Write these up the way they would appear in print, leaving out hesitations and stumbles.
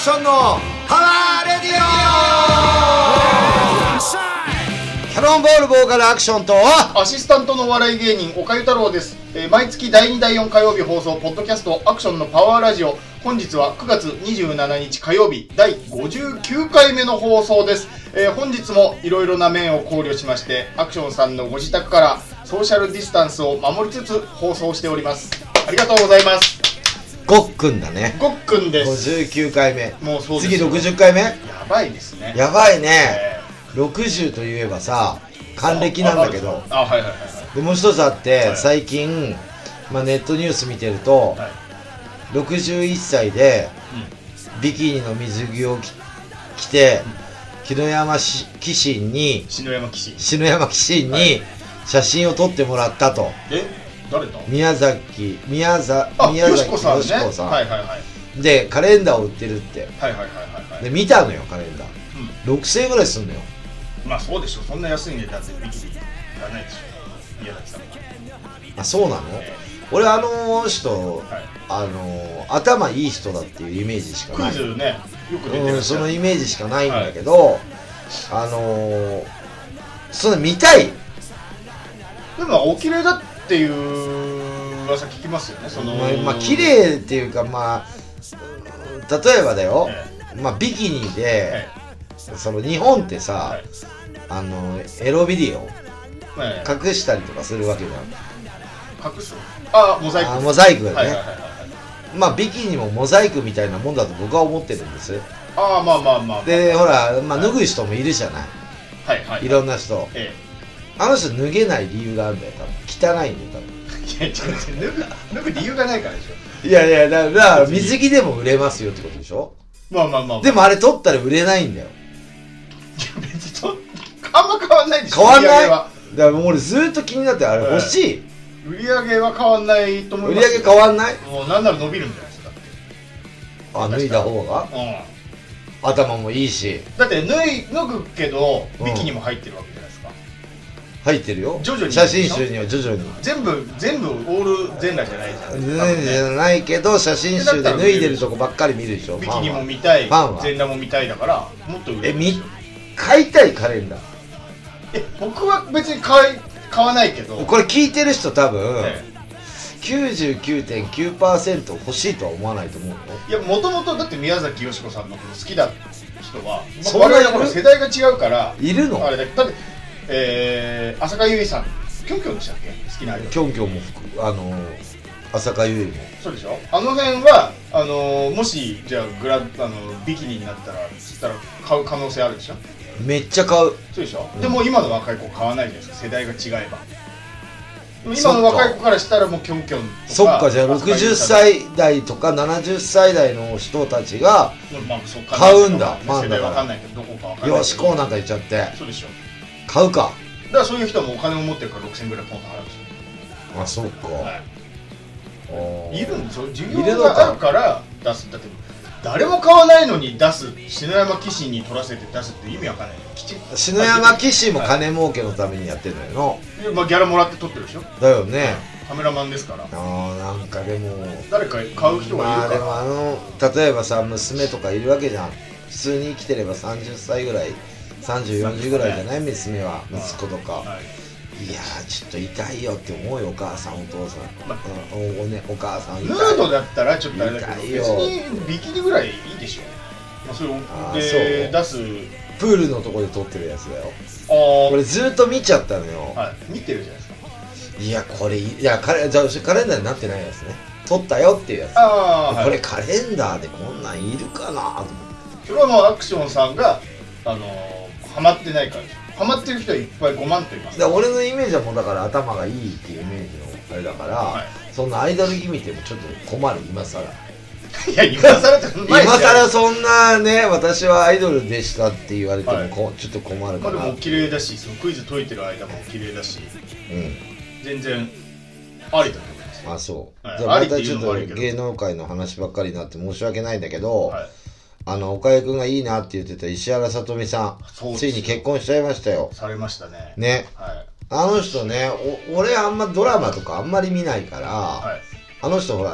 ションのパワーレディオ。キャノンボールボーカルアクションとアシスタントのお笑い芸人岡ゆ太郎です。毎月第2第4火曜日放送ポッドキャストアクションのパワーラジオ、本日は9月27日火曜日第59回目の放送です。本日もいろいろな面を考慮しましてアクションさんのご自宅からソーシャルディスタンスを守りつつ放送しております。ありがとうございます。 ごっくんだね。 ごっくんです。 59回目。 もうそうです。 次60回目。 やばいですね。 やばいね。60といえばさ、還暦なんだけど。 はいはいはい。 でもう一つあって、 はい、 最近、ネットニュース見てると、はい、61歳で、ビキニの水着を着て、篠山紀信に写真を撮ってもらったと。 誰だ？ 宮崎よしこさんね。 はいはいはい。でカレンダーを売ってるって。 はいはいはいはい。 で見たのよカレンダー。6000円ぐらいすんのよ。 まあそうでしょ。そんな安い値段でビキニいらないでしょ。宮崎さんは。 あ、そうなの？俺人、頭いい人だっていうイメージしかない。 クイズね、よく出てる。 そのイメージしかないんだけど、それ見たい。 でもお綺麗だっていう噂聞きますよね。 綺麗っていうか、例えばだよ、ビキニで、日本ってさ、エロビデオ隠したりとかするわけじゃん。 隠す？モザイク。 モザイクだね。ビキニもモザイクみたいなもんだと僕は思ってるんです。で、ほら、脱ぐ人もいるじゃない。 はいはい。 いろんな人。あの人脱げない理由があるんだよ、多分。汚いんだよ、多分。 いや、脱ぐ理由がないからでしょ。 いや、だから水着でも売れますよってことでしょ。でもあれ取ったら売れないんだよ。 いや、別にあんま変わんないでしょ。 変わんない。だからもう俺ずっと気になって、あれ欲しい。 売り上げは変わんないと思います。 売り上げ変わんない。 もうなんなら伸びるんじゃないですか。 脱いだ方が。頭もいいし。 だって脱ぐけどビキニも入ってるわけじゃないですか。 入ってるよ。 徐々に。 写真集には徐々に。 全部オール全裸じゃないじゃん。 全裸じゃないけど写真集で脱いでるとこばっかり見るでしょ。 ビキニも見たい、 ファンは全裸も見たいだからもっと売れる。 買いたいカレンダー。 僕は別に買わないけど。 これ聞いてる人多分 99.9% 欲しいとは思わないと思うよ。 いや、もともとだって宮崎美子さんのこと好きだ人は、我々世代が違うからいるの。 あれだって浅香唯さん、キョンキョンでしたっけ、好きなアイドル。 キョンキョンも浅香唯もそうでしょ。あの辺はもしじゃあビキニになったら、そしたら買う可能性あるでしょ。 めっちゃ買う。 そうでしょ。でも今の若い子買わないじゃないですか、世代が違えば。今の若い子からしたらもうキョンキョンとか。 そっか、じゃあ60歳代とか70歳代の人たちが買うんだ。 世代わかんないけど、どこかわかんないけど。 よしこうなんか言っちゃって。 そうでしょ。 買うか。 だからそういう人もお金を持ってるから6000円ぐらいポンと払うんですよ。 あ、そうか。 いるんですよ。需要があるから出す。だって誰も買わないのに出す。篠山紀信に取らせて出すって意味わかんない。 篠山紀信も金儲けのためにやってるのよ。 ギャラもらって撮ってるでしょ。 だよね。 カメラマンですから。 なんかでも誰か買う人がいるから。 でも例えばさ、娘とかいるわけじゃん。普通に生きてれば30歳ぐらい、30、40ぐらいじゃない、娘は、息子とか。いやー、ちょっと痛いよって思うよ、お母さん、お父さん。お母さん。 ヌードだったらちょっとあれだけど、別にビキニぐらいいいでしょ。それで出す。 プールのとこで撮ってるやつだよ。これずっと見ちゃったのよ。 見てるじゃないですか。 いや、これじゃあカレンダーになってないやつね。撮ったよっていうやつ。これカレンダーでこんなんいるかなと思って。 それはもうアクションさんがハマってないからでしょ。ハマってる人はいっぱい5万といます。 俺のイメージはもうだから頭がいいっていうイメージのあれだから、そんなアイドル気味でもちょっと困る、今更。 いや、今更って今更そんなね、私はアイドルでしたって言われてもちょっと困るから。 でもお綺麗だし、そのクイズ解いてる間もお綺麗だし、全然ありだと思います。 あ、そう。じゃあまたちょっと芸能界の話ばっかりになって申し訳ないんだけど、岡谷君がいいなって言ってた石原さとみさん、ついに結婚しちゃいましたよ。 されましたね。 ね。あの人ね、俺あんまドラマとかあんまり見ないから、あの人ほら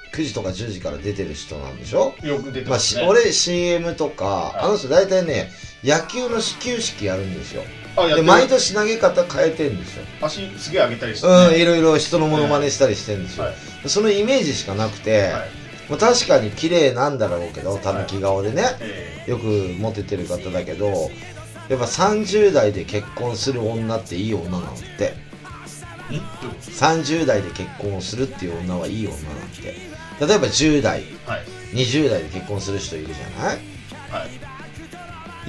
9時とか10時から出てる人なんでしょ。 よく出てますね。 俺 CM とか、 はい、 あの人大体ね野球の始球式やるんですよ。 で毎年投げ方変えてるんですよ。 足すげえ上げたりして、ね、 いろいろ人のモノマネしたりしてるんですよ、はい、そのイメージしかなくて、はい、まあ、確かに綺麗なんだろうけどたぬき顔でね、はい、よくモテてる方だけど、やっぱ30代で結婚する女っていい女なんって30代で結婚をするっていう女はいい女なんて。例えば10代、はい、20代で結婚する人いるじゃない、はい、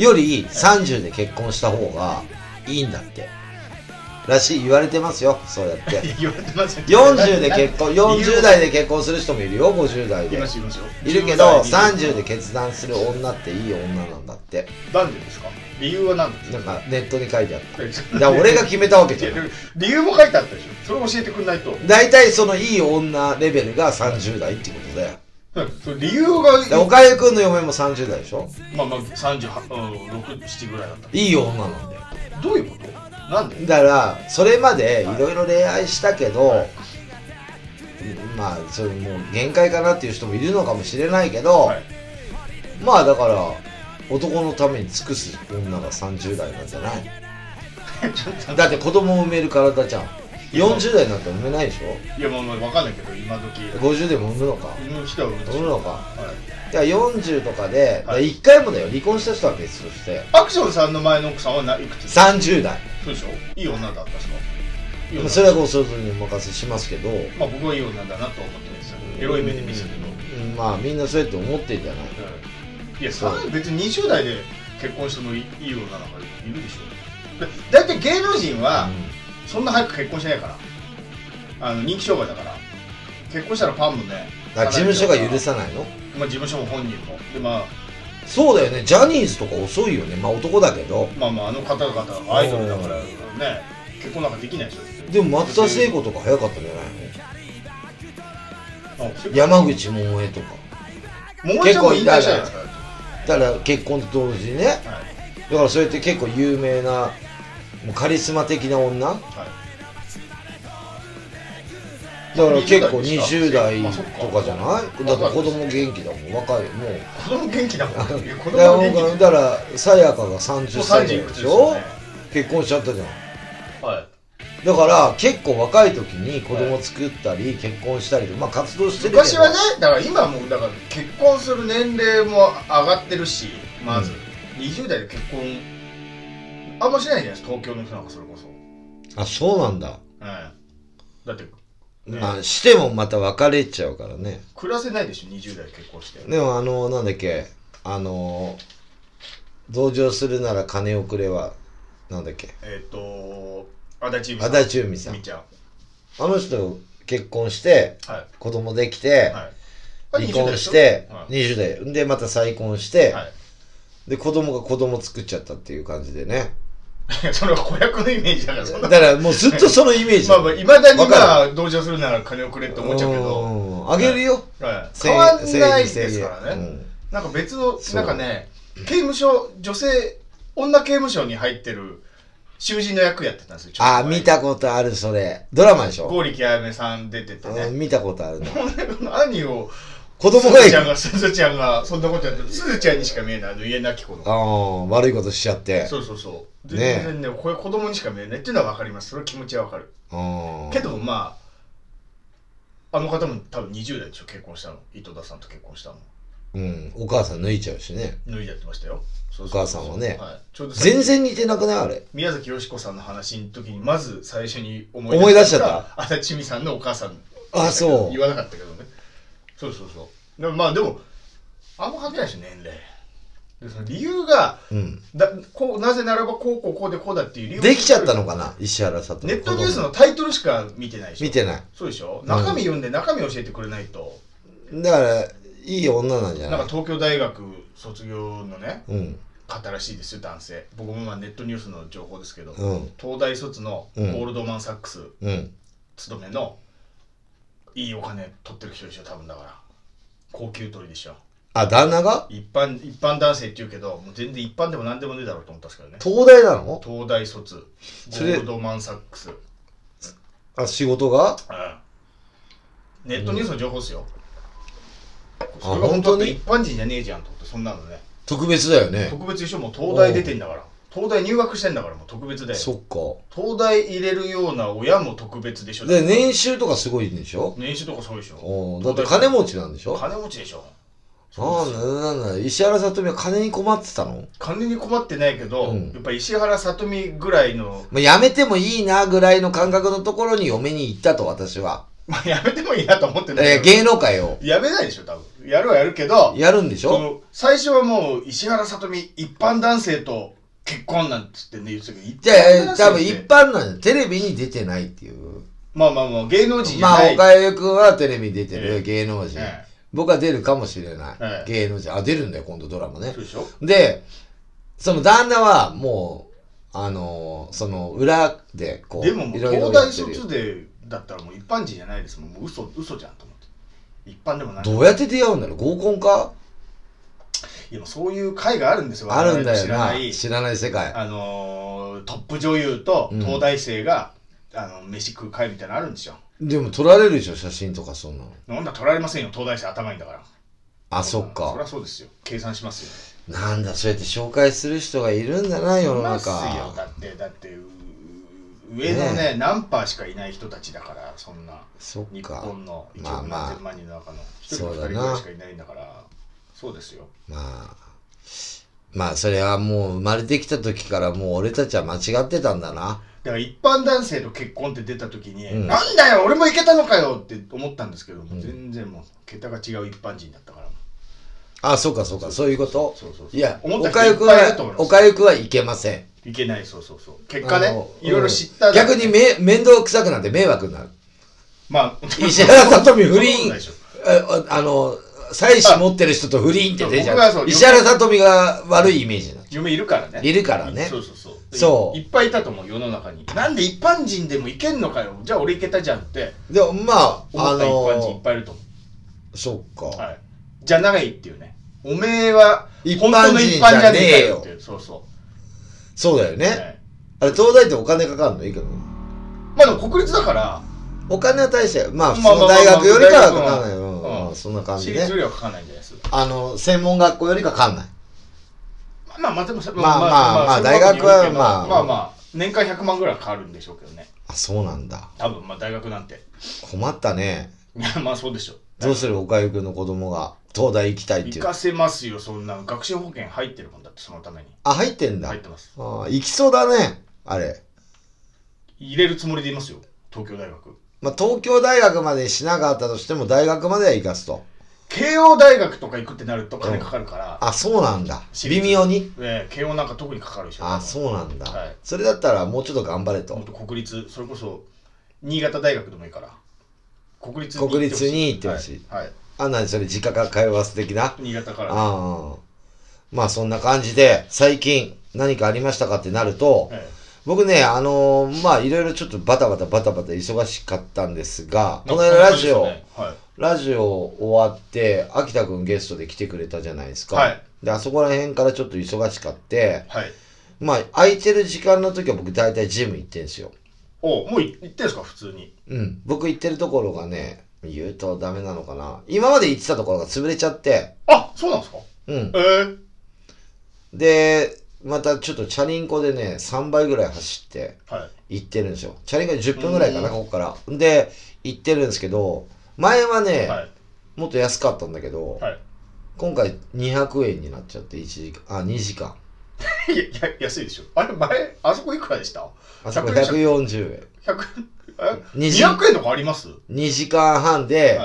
より30で結婚した方がいいんだってらしい言われてますよ。そうやって言われてますよ。 40で結婚40代で結婚する人もいるよ。50代でいるけど30で決断する女っていい女なんだって。 なんでですか？理由は何ですか？ なんかネットに書いてあっただから俺が決めたわけじゃない理由も書いてあったでしょ。それ教えてくんないと。 大体そのいい女レベルが30代ってことだよ。 そ理由が岡井くんの嫁も30代でしょ。 まあ38、6、7ぐらいだった。 いい女なんだよ。 どういうこと？なんで？ だからそれまでいろいろ恋愛したけど、はい、まあそれもう限界かなっていう人もいるのかもしれないけど、はい、まあだから男のために尽くす女が30代なんじゃないだって子供を産める体じゃん。40代なんて産めないでしょ。 いやもう分かんないけど今時 50でも産むのか。 産む人は産むのか、はい、いや40とかで、はい、1回もだよ離婚した人は別として。 アクションさんの前の奥さんはいくつ ？30代。 そうでしょ。いい女だったしか。それはご想像にお任せしますけど、 まあ僕はいい女だなと思ってますよ。エロい目で見せるの。 まあみんなそうやって思ってんじゃない。 いや別に20代で結婚してもいい女なんかいるでしょ。だいたい芸能人は、そんな早く結婚しないから人気商売だから結婚したらファンもね事務所が許さないの。 まあ事務所も本人もでまあそうだよね。ジャニーズとか遅いよね。まあ男だけどまああの方々はアイドルだからね結婚なんかできないでしょ。 でも松田聖子とか早かったんじゃないの？山口百恵とか結構引退したじゃないですか。 だから結婚と同時にね、はい、だからそうやって結構有名なもうカリスマ的な女、はい、だから結構20代とかじゃない？だって子供元気だもん。若いもう子供元気だもんだからさやかが30歳でしょ、ね、結婚しちゃったじゃん、はい、だから結構若い時に子供作ったり結婚したりとか、まあ活動してるけど昔はね。だから今もだから結婚する年齢も上がってるしまず、20代で結婚あんましないじゃないですか東京の人なんか。それこそそうなんだ、 だって、ね、 まあしてもまた別れちゃうからね。 暮らせないでしょ20代で結婚して。 でもなんだっけ同情するなら金をくれはなんだっけ足立由美さんあの人結婚して、はい、子供できて、はい、離婚して、20代でまた再婚して、はい、で子供が子供作っちゃったっていう感じでねそれは子役のイメージだからだからもうずっとそのイメージいまだに同情するなら金をくれって思っちゃうけどあげるよ、 はい、変わんないですからね、なんか別のなんかね刑務所女刑務所に入ってる囚人の役やってたんですよ。 見たことある。それドラマでしょ。 剛力あやめさん出ててね。 見たことあるな。 何を子供がすずちゃんがそんなことやってる。すずちゃんにしか見えない家なき子の。 悪いことしちゃって。 そう全然ねこれ子供にしか見えないっていうのは分かります。それ気持ちは分かるけどまああの方も多分20代でしょ結婚したの。井戸田さんと結婚したの。 お母さん抜いちゃうしね。 抜いちゃってましたよ。 お母さんはね、 はい、 全然似てなくないあれ。 宮崎美子さんの話の時にまず最初に思い出しちゃった足立由美さんのお母さん。 そう言わなかったけどね。そうでもまあでもあんま関係ないし年齢でその理由が、なぜならばこうでこうだっていう理由できちゃったのかな石原さと。 ネットニュースのタイトルしか見てないでしょ。 見てない。 そうでしょ。中身読んで中身教えてくれないと。 だからいい女なんじゃない。 なんか東京大学卒業のね、方らしいですよ男性。僕もまあネットニュースの情報ですけど、東大卒のゴールドマンサックス勤めのいいお金取ってる人でしょ多分。だから高級取りでしょ。 旦那が一般男性って言うけどもう全然一般でも何でもねえだろうと思ったんですけどね。 東大なの？ 東大卒ゴールドマンサックス。 仕事が？ ネットニュースの情報ですよ。 それが本当に一般人じゃねえじゃんと思って、そんなのね特別だよね。 特別でしょ。もう東大出てんだから、東大入学してんだから、もう特別だよ。 そっか。 東大入れるような親も特別でしょ。 で年収とかすごいんでしょ。 年収とかそうでしょ。 おだって金持ちなんでしょ。 金持ちでしょ。 なんだ石原さとみは金に困ってたの。 金に困ってないけど、やっぱ石原さとみぐらいの、 やめてもいいなぐらいの感覚のところに嫁に行ったと私は。 やめてもいいなと思ってない芸能界をやめないでしょ多分。やるはやるけど、 やるんでしょ。 最初はもう石原さとみ一般男性と結婚なんつってね言ってたけど、 じゃあ多分一般なんでテレビに出てないっていう。 まあ芸能人じゃない。 岡江君はテレビに出てる芸能人、僕は出るかもしれない、芸能人。出るんだよ今度ドラマね。 そうでしょ。 でその旦那はもうその裏でこうでももう東大卒でだったらもう一般人じゃないですもん。もう嘘じゃんと思って。一般でもない。 どうやって出会うんだろう。合コンか。 いやそういう会があるんですよ。 あるんだよな。知らない世界。 トップ女優と東大生が、飯食う会みたいなのあるんですよ。 でも撮られるでしょ写真とか。そんなのなんだ撮られませんよ。東大生頭いいんだから。 そっか。 そりゃそうですよ。計算しますよ。なんだそうやって紹介する人がいるんだな世の中。 だって上のね、何パーしかいない人たちだから。そんな日本の1億何千万人の中の1人か2人ぐらいしかいないんだから。そうですよ。 まあそれはもう生まれてきた時からもう俺たちは間違ってたんだな。 だから一般男性と結婚って出た時に、なんだよ俺もいけたのかよって思ったんですけども、全然もう桁が違う一般人だったから。 そうかそういうこと。 そういや岡井君はいけません。 いけない。そう結果ね、いろいろ知った逆に面倒くさくなって迷惑になる。石原さとみ不倫妻子持ってる人と不倫って出ちゃう。石原さとみが悪いイメージなの。 嫁いるからね。 いるからね。 そういっぱいいたと思う世の中に。なんで一般人でもいけんのかよ。じゃあ俺いけたじゃんって。 でも思った一般人いっぱいいると思う。 そっか。 じゃないっていうね。おめえは本当の一般じゃねえよっていう。 そうだよね。東大ってお金かかるのいいけど。 でも国立だから。 お金は大して普通の大学よりかはかかんないよ。そんな感じで。 私立よりはかかんないんじゃないですか。 専門学校よりかかんない。 でも大学は年間100万ぐらいかかるんでしょうけどね。 そうなんだ。 多分大学なんて困ったね。 そうでしょ。 どうする岡井君の子供が東大行きたいっていう。 行かせますよ。そんな学習保険入ってるもんだって。そのために入ってんだ。 入ってます。 行きそうだね。あれ入れるつもりでいますよ。東京大学。 東京大学までしなかったとしても大学までは行かすと。 慶応大学とか行くってなると金かかるから。 そうなんだ。微妙に。 慶応なんか特にかかるでしょ。 そうなんだ。それだったらもうちょっと頑張れと。 もっと国立、それこそ新潟大学でもいいから国立に行ってほしい。何それ自家通わす的な。 新潟から。 そんな感じで最近何かありましたかってなると、僕ね、いろいろちょっとバタバタ忙しかったんですが、この間ラジオ終わって、秋田くんゲストで来てくれたじゃないですか。で、あそこら辺からちょっと忙しかって、空いてる時間の時は僕大体ジム行ってんすよ。 もう行ってんすか普通に。 僕行ってるところがね、言うとダメなのかな。今まで行ってたところが潰れちゃって。 そうなんですか。 で、またちょっとチャリンコでね3倍ぐらい走って行ってるんですよ。チャリンコで10分ぐらいかなここからで行ってるんですけど、前はね、もっと安かったんだけど、今回200円になっちゃって2時間安いでしょ。前あそこいくらでした？ あそこ140円。 200円とかあります ？2時間半で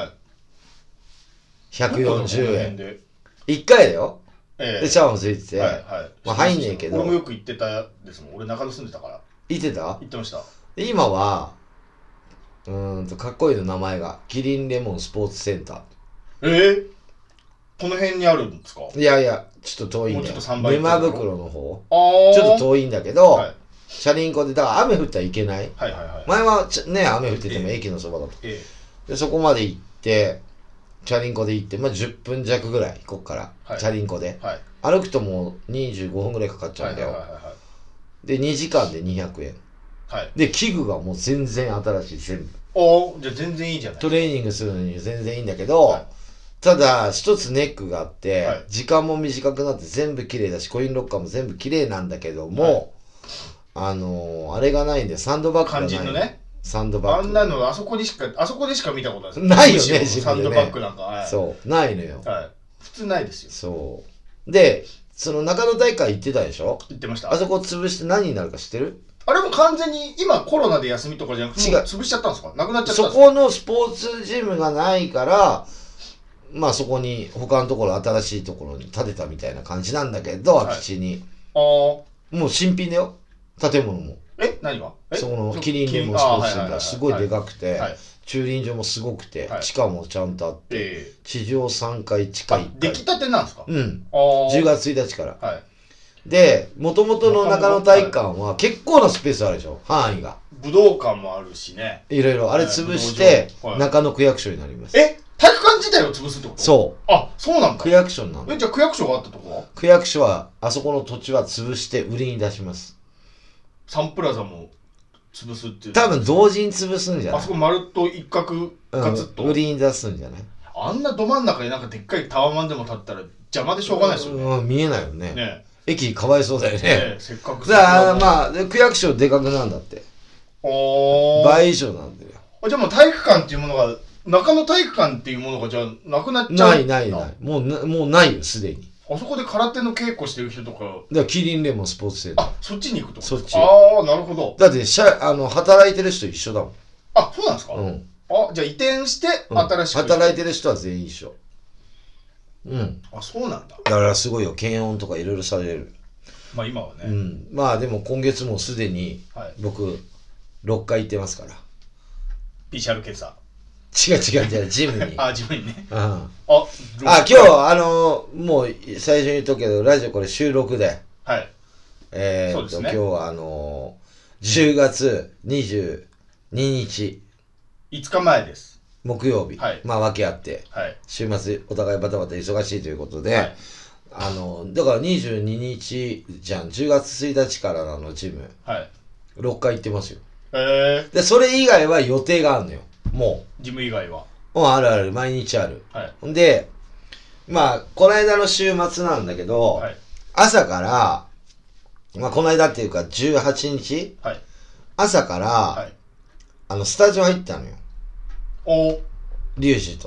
140円で1回だよ。でシャワーもついてて、入んねえけど。 俺もよく行ってたですもん。俺中野住んでたから。 行ってた？ 行ってました。 で今はかっこいいの名前がキリンレモンスポーツセンター。この辺にあるんですか？ いやちょっと遠いんだよ。沼袋の方。 ちょっと遠いんだけど、チャリンコでだから雨降ったらいけない。前はね雨降ってても駅のそばだと。でそこまで行ってチャリンコで行って10分弱ぐらいこっから、チャリンコで、歩くともう25分ぐらいかかっちゃうんだよ。で2時間で200円、で器具がもう全然新しい全部。 じゃあ全然いいじゃない。 トレーニングするのに全然いいんだけど、 ただ一つネックがあって、 はい時間も短くなって全部綺麗だしコインロッカーも全部綺麗なんだけども、あれがないんでサンドバッグがない。 肝心のね。 サンドバッグあんなのあそこでしか見たことないです。 ないよねむしろサンドバッグなんか、はい、 そうないのよ、 はい、普通ないですよ。 そうでその中野大会行ってたでしょ。 言ってました。 あそこ潰して何になるか知ってる？ あれも完全に今コロナで休みとかじゃなくて違う潰しちゃったんですか？なくなっちゃったんですか？ そこのスポーツジムがないからまあそこに他のところ新しいところに建てたみたいな感じなんだけど、空き地にもう新品だよ建物も。 何が？ そこのキリンレモンスポーツセンターすごいでかくて、 はい、 駐輪場もすごくて、 はい、 地下もちゃんとあって、地上3階地下1階。 出来たてなんですか？ うん。10月1日から。 はい、 で、元々の中野体育館は結構なスペースあるでしょ、範囲が。 武道館もあるしね。 いろいろ。あれ潰して、中野区役所になります。 体育館自体を潰すってこと？ そう。 あ、そうなんだ。 区役所になる。 じゃあ区役所があったとこは？ 区役所は、あそこの土地は潰して売りに出します。 サンプラザも潰すっていう。 多分同時に潰すんじゃない？ あそこ丸っと一角ガツッと、 売りに出すんじゃない？ あんなど真ん中になんかでっかいタワーマンでも建ったら邪魔でしょうがないですよね。 見えないよね。 ね、 駅かわいそうだよね。 せっかく。 だからまあ区役所でかくなんだって。倍以上なんだよ。 じゃあもう体育館っていうものが中野体育館っていうものがじゃあなくなっちゃう。 ないもうないよすでに。 あそこで空手の稽古してる人とか。だからキリンレモンスポーツセンター。 そっちに行くと。 そっち。 ああ、なるほど。 だって働いてる人一緒だもん。 あ、そうなんですか？ うん。 じゃあ移転して新しく、 働いてる人は全員一緒。うん。 あ、そうなんだ。 だからすごいよ、検温とかいろいろされる。 まあ今はね。 うん。まあでも今月もすでに僕6回行ってますから。 PCR 検査。 違うジムに。 ジムにね。 うん。今日もう最初に言っとくけどラジオこれ収録で。 はい。そうですね。 今日は10月22日。 5日前です。 木曜日。 はい。 まあ訳あって。 はい。 週末お互いバタバタ忙しいということで。はい。だから22日じゃん。10月1日からのジム。はい。6回行ってますよ。で、それ以外は予定があるのよ。もう。 ジム以外は。 ある。毎日ある。はい。で、まあ、この間の週末なんだけど、はい、朝から、まあ、この間っていうか18日、はい、朝から、はい、スタジオ入ったのよ。リュウジと。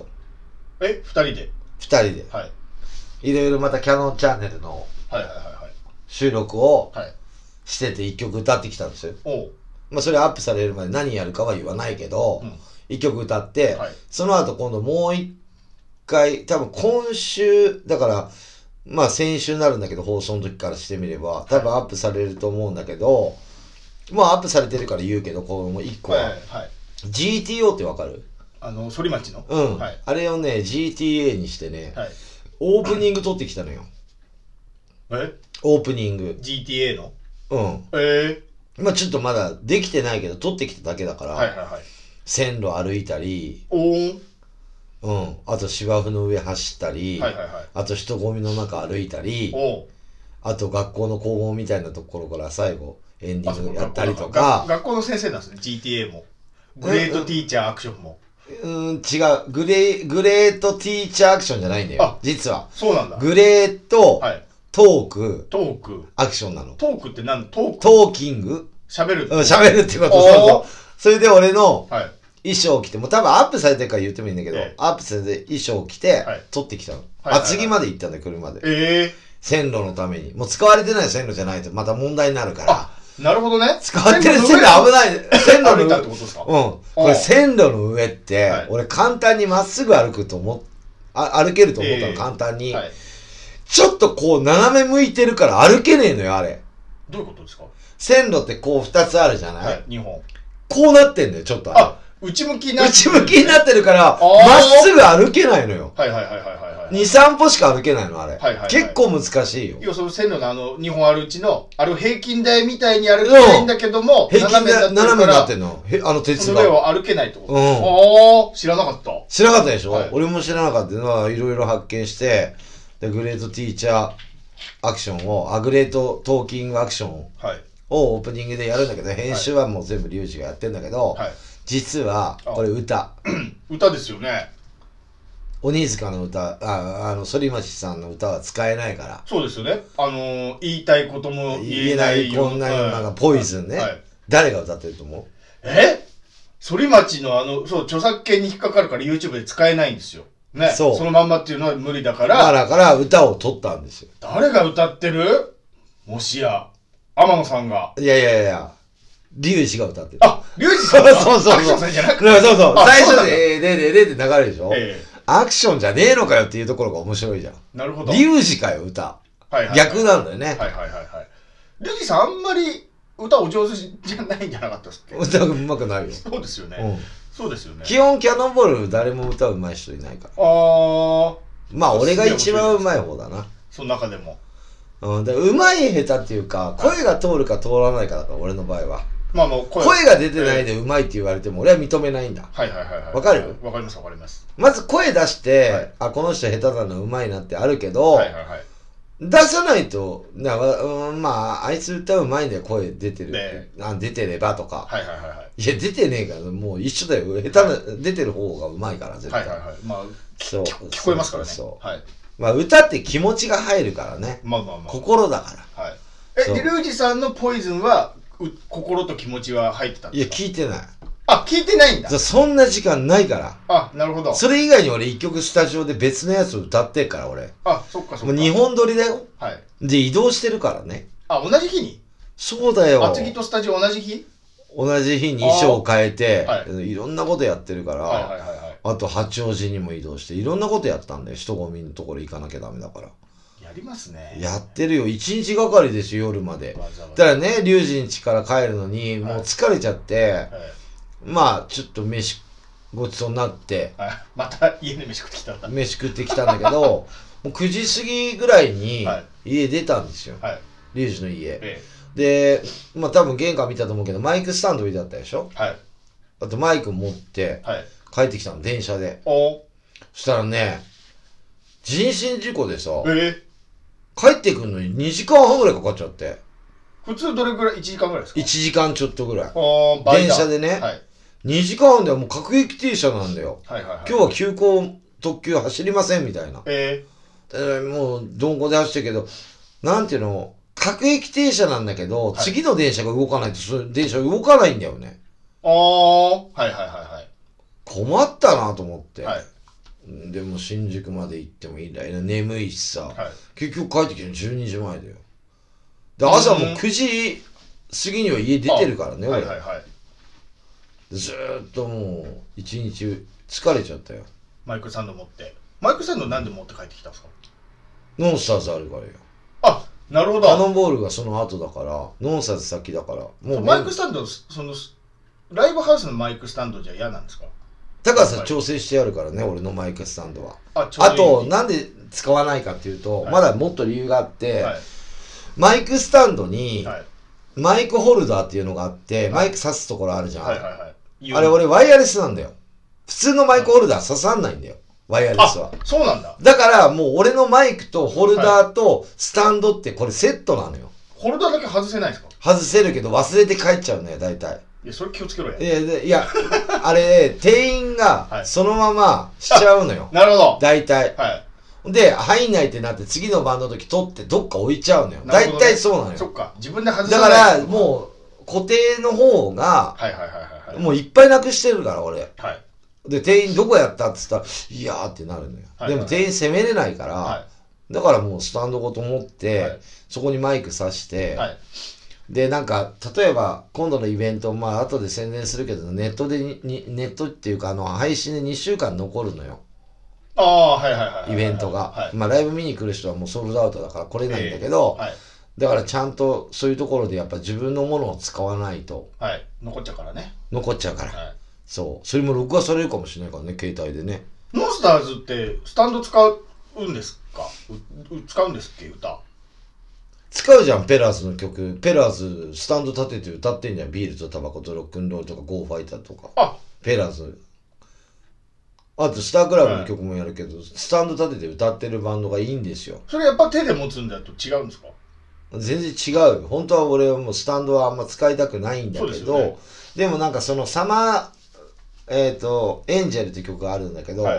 2人で？ 2人で。はい。いろいろまたキャノンチャンネルの収録をしてて1曲歌ってきたんですよ。まあ、それアップされるまで何やるかは言わないけど、1曲歌って、はい、その後今度もう1回、多分今週、だから、まあ先週になるんだけど、放送の時からしてみれば、多分アップされると思うんだけど、まあアップされてるから言うけど、この1個は、はいはい、GTO ってわかる？ 反町の？ うん、はい。あれをね、GTA にしてね、はい、オープニング撮ってきたのよ。オープニング。 GTA の？ うん。まあちょっとまだできてないけど、撮ってきただけだから、はいはいはい、線路歩いたり、うん、あと芝生の上走ったり、はいはいはい、あと人混みの中歩いたり、あと学校の校門みたいなところから最後エンディングやったりとか。 学校の先生なんですね、GTA も。グレートティーチャーアクションも。 違う。グレートティーチャーアクションじゃないんだよ。実は。 そうなんだ。 グレート、はい、トーク、アクションなの。 トークって何？トーキング？ 喋る。 喋るってこと。そう。それで俺の衣装を着て、もう多分アップされてるから言ってもいいんだけど、アップされて衣装を着て、撮ってきたの。厚木まで行ったんだよ、車で。線路のために。もう使われてない線路じゃないとまた問題になるから。 なるほどね。 使われてる線路危ない。線路の上。 歩いたってことですか？うん。 これ線路の上って、俺簡単にまっすぐ歩けると思ったの、簡単に。ちょっとこう斜め向いてるから歩けねえのよ、あれ。 どういうことですか？ 線路ってこう2つあるじゃない？ はい、2本。 こうなってんだよ、ちょっと内向きになってる。 内向きになってるから、まっすぐ歩けないのよ。 はいはいはいはいはい。 2、3歩しか歩けないの、あれ。 はいはいはい。 結構難しいよ。 要はその線路の2本あるうちの、平均台みたいに歩けないんだけども、 斜めになってんの。鉄が。 その上を歩けないってこと？知らなかった。 知らなかったでしょ？俺も知らなかったのは、いろいろ発見して、で、グレートティーチャーアクションを、グレートトーキングアクションをオープニングでやるんだけど、編集はもう全部リュウジがやってんだけど、実は、これ歌。 歌ですよね。 鬼塚の歌、反町さんの歌は使えないから。 そうですよね。言いたいことも言えないこんなようなポイズンね、はい。誰が歌ってると思う？ 反町のそう、著作権に引っかかるから YouTube で使えないんですよ。ね。そのまんまっていうのは無理だから。 だから歌を取ったんですよ。 誰が歌ってる？もしや、天野さんが。 いや。リュウジが歌ってる。 リュウジさんがそう。アクションさんじゃなくて。そう。最初で、でって流れるでしょ、アクションじゃねえのかよっていうところが面白いじゃん。 なるほど。 リュウジかよ、歌。逆なんだよね。 はい。リュウジさんあんまり歌お上手じゃないんじゃなかったっすっけ？ 歌うまくないよ。 そうですよね。そうですよね。 基本キャノンボール誰も歌うまい人いないから。まあ俺が一番うまい方だな。 その中でも。 うまい下手っていうか、声が通るか通らないかだから、俺の場合は。声が出てないでうまいって言われても俺は認めないんだ。わかる？ わかります。 まず声出して、この人下手だな、うまいなってあるけど、出さないと、あいつ歌うまいんだよ、声出てる。出てればとか。いや、出てねえから、もう一緒だよ。下手な、出てる方がうまいから、絶対。 聞こえますからね。 歌って気持ちが入るからね。心だから。 リュウジさんのポイズンは、心と気持ちは入ってたんですか？ いや、聞いてない。 聞いてないんだ。 そんな時間ないから。 なるほど。 それ以外に俺一曲スタジオで別のやつを歌ってっから俺。 そっか。 もう2本撮りだよ。で、移動してるからね。 同じ日に？ そうだよ。 厚木とスタジオ同じ日？ 同じ日に衣装を変えて、いろんなことやってるから、あと八王子にも移動して、いろんなことやったんだよ。人混みのところ行かなきゃダメだから。 やりますね。 やってるよ。1日がかりですよ、夜まで。だからね、リュウジん家から帰るのに、もう疲れちゃって、ちょっとごちそうになって、 また家で飯食ってきたんだ。 飯食ってきたんだけど、もう9時過ぎぐらいに家出たんですよ。リュウジの家。で、多分玄関見たと思うけど、マイクスタンド置いてあったでしょ？あとマイク持って、帰ってきたの、電車で。そしたらね、人身事故でさ、帰ってくるのに2時間半ぐらいかかっちゃって。 普通どれぐらい？ 1 時間ぐらいですか？ 1時間ちょっとぐらい。電車でね。2時間半でもう各駅停車なんだよ。今日は急行特急走りませんみたいな。もう鈍行で走ってるけど、なんていうの、各駅停車なんだけど、次の電車が動かないと、その電車動かないんだよね。困ったなと思って。でも新宿まで行ってもいいんだよ。眠いしさ。結局帰ってきて12時前だよ。で、朝もう9時過ぎには家出てるからね、俺。ずーっともう一日疲れちゃったよ。 マイクスタンド持って。マイクスタンドなんで持って帰ってきたんですか？ ノンスターズあるからよ。 なるほど。 キャノンボールがその後だから、ノンスターズ先だから。 もうマイクスタンド、ライブハウスのマイクスタンドじゃ嫌なんですか？ 高さ調整してあるからね、俺のマイクスタンドは。あと、なんで使わないかっていうと、まだもっと理由があって、マイクスタンドに、マイクホルダーっていうのがあって、マイク挿すところあるじゃん。あれ俺ワイヤレスなんだよ。普通のマイクホルダー刺さんないんだよ。ワイヤレスは。 そうなんだ。 だからもう俺のマイクとホルダーとスタンドってこれセットなのよ。 ホルダーだけ外せないですか？ 外せるけど忘れて帰っちゃうのよ、大体。 いや、それ気をつけろや。 いや、あれ、店員がそのまましちゃうのよ。 なるほど。 大体。で、入んないってなって次のバンドの時取ってどっか置いちゃうのよ。大体そうなのよ。 そっか。自分で外せない。 だからもう固定の方が、もういっぱいなくしてるから俺。で、店員どこやったって言ったら、いやーってなるのよ。でも店員責めれないから、だからもうスタンドごと持って、そこにマイク挿して、で、なんか、例えば、今度のイベント、後で宣伝するけど、ネットっていうか、配信で2週間残るのよ。イベントが。ライブ見に来る人はもうソールドアウトだから来れないんだけど、だからちゃんとそういうところでやっぱ自分のものを使わないと。 残っちゃうからね。 残っちゃうから。そう。それも録画されるかもしれないからね、携帯でね。 モンスターズってスタンド使うんですか？使うんですっけ、歌。 使うじゃん、ペラーズの曲。ペラーズ、スタンド立てて歌ってんじゃん。ビールとタバコとロックンロールとか、ゴーファイターとか。ペラーズ。あと、スタークラブの曲もやるけど、スタンド立てて歌ってるバンドがいいんですよ。 それやっぱ手で持つんだと違うんですか？ 全然違うよ。本当は俺はもうスタンドはあんま使いたくないんだけど、でもなんかそのエンジェルって曲があるんだけど、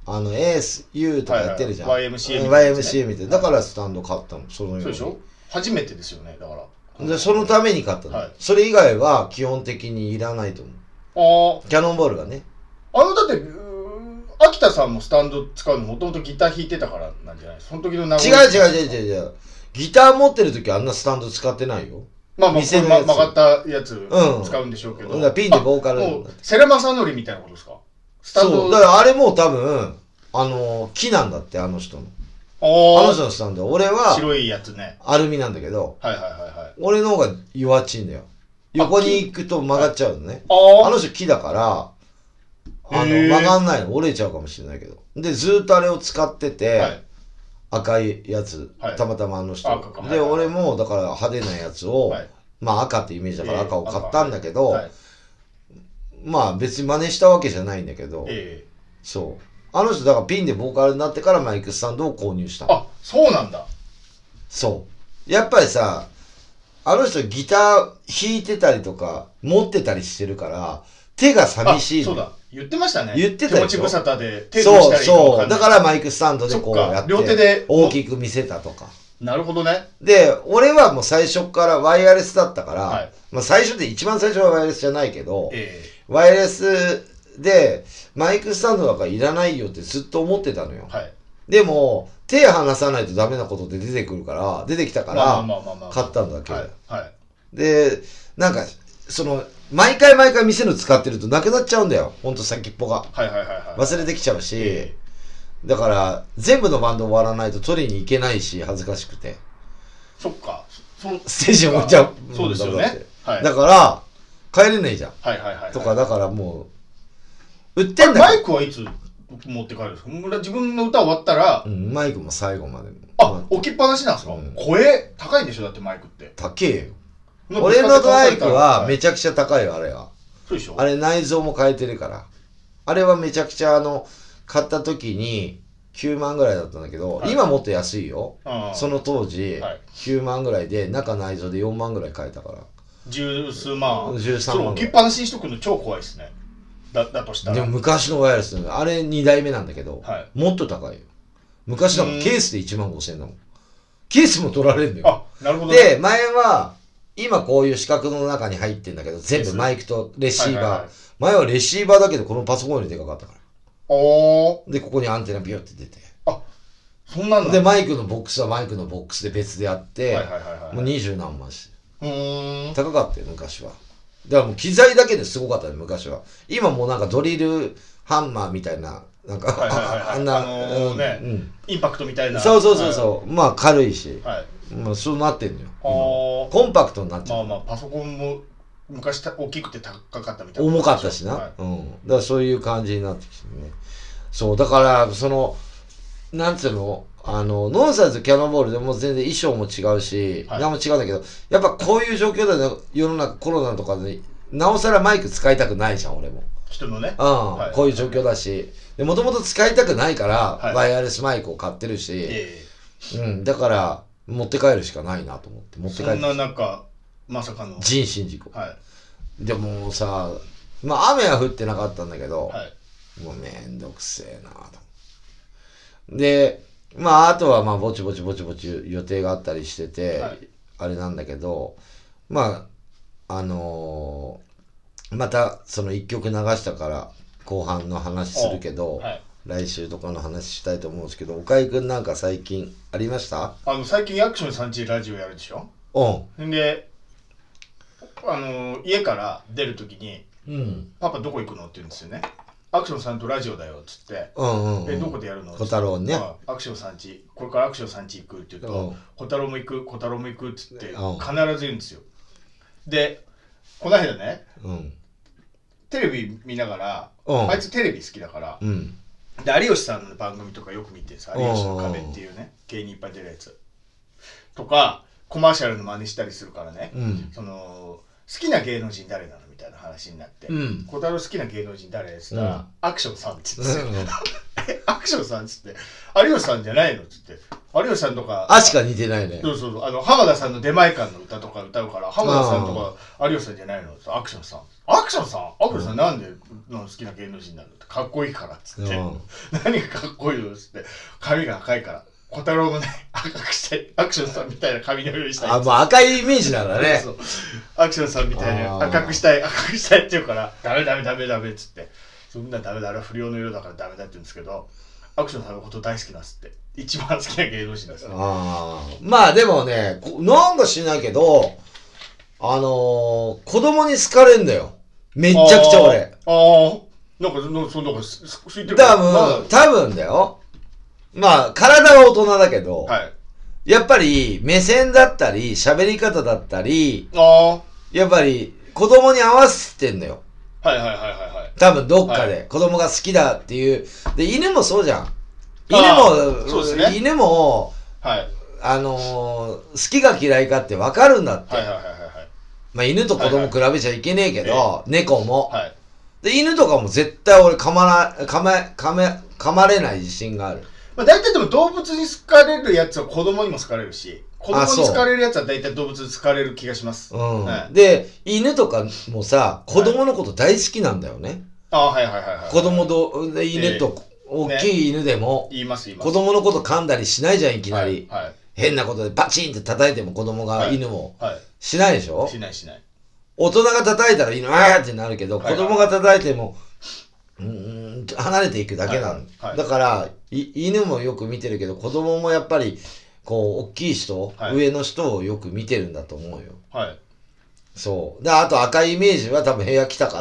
ASU とかやってるじゃん、 はいはい、YMCA みたいな、ね、 YMCA みたいな。だからスタンド買ったの、そのように。 そうでしょ、初めてですよね、だからでそのために買ったの、はい、それ以外は基本的にいらないと思う。キャノンボールがね、 だって秋田さんもスタンド使うのもともとギター弾いてたからなんじゃない？その時の違うギター持ってる時あんなスタンド使ってないよ。 まあ曲がったやつ使うんでしょうけど、 ピンでボーカルもう世良正則みたいなことですか？スタンド。 そうだからあれも多分木なんだって、あの人のスタンド。俺は白いやつね、 アルミなんだけど、 はい、 俺の方が弱っちいんだよ。横に行くと曲がっちゃうのね。あの人木だから曲がんないの、折れちゃうかもしれないけど。でずーっとあれを使ってて、はい、赤いやつ、はい、たまたまあの人で、俺もだから派手なやつを、はい、まあ赤ってイメージだから赤を買ったんだけど、はい、まあ別に真似したわけじゃないんだけど、そうあの人だからピンでボーカルになってからマイクスタンドを購入した。 あ、そうなんだ。 そうやっぱりさ、あの人ギター弾いてたりとか持ってたりしてるから手が寂しいの。 そうだ、言ってましたね。 言ってたよ。 手持ち無沙汰で手をしたりとか。 そうだからマイクスタンドでこうやって両手で大きく見せたとか。 なるほどね。 で俺はもう最初からワイヤレスだったから、はい、まあ最初で一番最初はワイヤレスじゃないけど、ワイヤレスでマイクスタンドだからいらないよってずっと思ってたのよ、はい、でも手離さないとダメなことって出てきたから買ったんだけど、でなんかその毎回店の使ってるとなくなっちゃうんだよ、ほんと先っぽが忘れてきちゃうし、だから全部のバンド終わらないと取りに行けないし恥ずかしくて、 そっか、 ステージ置いちゃう。 そうですよね、 はい、だから帰れないじゃん、とかだからもう売ってんだ。 マイクはいつ持って帰るんですか？自分の歌終わったら、 マイクも最後まで。 置きっぱなしなんですか？声高いんでしょ、だってマイクって高えよ。俺のマイクはめちゃくちゃ高いよ、あれは。 そうでしょ？ あれ内蔵も変えてるから、あれはめちゃくちゃ買った時に9万ぐらいだったんだけど、はい、今もっと安いよ。その当時、はい、9万ぐらいで中内蔵で4万ぐらい買えたから、 十数万。 13万。 置きっぱなしにしとくの超怖いですね。だとしたら。 でも昔のワイヤレスあれ2代目なんだけど、はい、もっと高いよ。昔だもんケースで1万5千円だもん。ケースも取られるんだよ。 なるほど、ね。 で前は今こういう四角の中に入ってんだけど、全部マイクとレシーバー、前はレシーバーだけどこのパソコンよりでかかったから。でここにアンテナビューって出て、 そんなんだ。 でマイクのボックスはマイクのボックスで別であって、もう20何万して、高かったよ昔は。だからもう機材だけですごかったね昔は。今もうなんかドリルハンマーみたいな、なんかあんなインパクトみたいな。 そう、まあ軽いし、まあそうなってんのよ。コンパクトになっちゃう。 まあパソコンも昔大きくて高かったみたいな。 重かったしな、だからそういう感じになってきてね。そうだからなんつうの、ノンサイズキャノンボールでも全然衣装も違うし、何も違うんだけど、やっぱこういう状況で世の中コロナとかでなおさらマイク使いたくないじゃん俺も。 人のね。 こういう状況だし、もともと使いたくないからワイヤレスマイクを買ってるし、だから持って帰るしかないなと思って持って帰って。 そんな中まさかの人身事故。でもさ、まあ雨は降ってなかったんだけど、もうめんどくせえなと。でまああとはまあぼちぼち予定があったりしてて、あれなんだけど、まあまたその1曲流したから後半の話するけど、来週とかの話したいと思うんですけど、岡井くんなんか最近ありました？ 最近アクション3ラジオやるでしょ。で家から出るときに、パパどこ行くのって言うんですよね。アクションさんとラジオだよっつって、どこでやるの？ 小太郎ね。 アクションさんち、これからアクションさんち行くって言うと、小太郎も行くっつって必ず言うんですよ。でこの間ね、テレビ見ながら、あいつテレビ好きだから、で有吉さんの番組とかよく見てさ、有吉の壁っていうね、芸人いっぱい出るやつとかコマーシャルの真似したりするからね、好きな芸能人誰なのみたいな話になって、小太郎好きな芸能人誰ですか、アクションさんって言うんですよ。 アクションさんっつって、有吉さんじゃないのっつって、有吉さんとか。 あしか似てないね。 そうそうそう。浜田さんの出前館の歌とか歌うから、浜田さんとか有吉さんじゃないのってアクションさん。アクションさんなんで好きな芸能人なのって、かっこいいからっつって。何がかっこいいのっつって、髪が赤いから。小太郎もね、赤くしたい。アクションさんみたいな髪の色にしたい。 もう赤いイメージなんだね。 そう。アクションさんみたいな赤くしたいって言うから、ダメっつって。そんなダメだ、あれは不良の色だからダメだって言うんですけど、アクションさんのこと大好きなんですって。一番好きな芸能人ですね。 まあでもね、なんかしないけど、子供に好かれんだよ。めっちゃくちゃ俺。 なんか空いてるか多分だよ。まあ、体は大人だけど、 はい、 やっぱり目線だったり、喋り方だったり、やっぱり子供に合わせてんだよ。 はい。 多分どっかで子供が好きだっていう。で、犬もそうじゃん。 そうですね、 犬も、 はい、 好きが嫌いかって分かるんだって。まあ、犬と子供比べちゃいけねえけど、猫も、 はい。 で、犬とかも絶対俺噛まれない自信がある。 まあ、大体でも動物に好かれるやつは子供にも好かれるし、子供に好かれるやつは大体動物に好かれる気がします。 で、犬とかもさ、子供のこと大好きなんだよね。子供と、犬と、大きい犬でも、子供のこと噛んだりしないじゃん、いきなり。変なことでパチンって叩いても子供が犬もしないでしょ。 しない。 大人が叩いたら犬、あーってなるけど、子供が叩いても、離れていくだけなの。だから、犬もよく見てるけど、子供もやっぱり、こう、大きい人、上の人をよく見てるんだと思うよ。そう。で、あと赤いイメージは多分部屋来たから、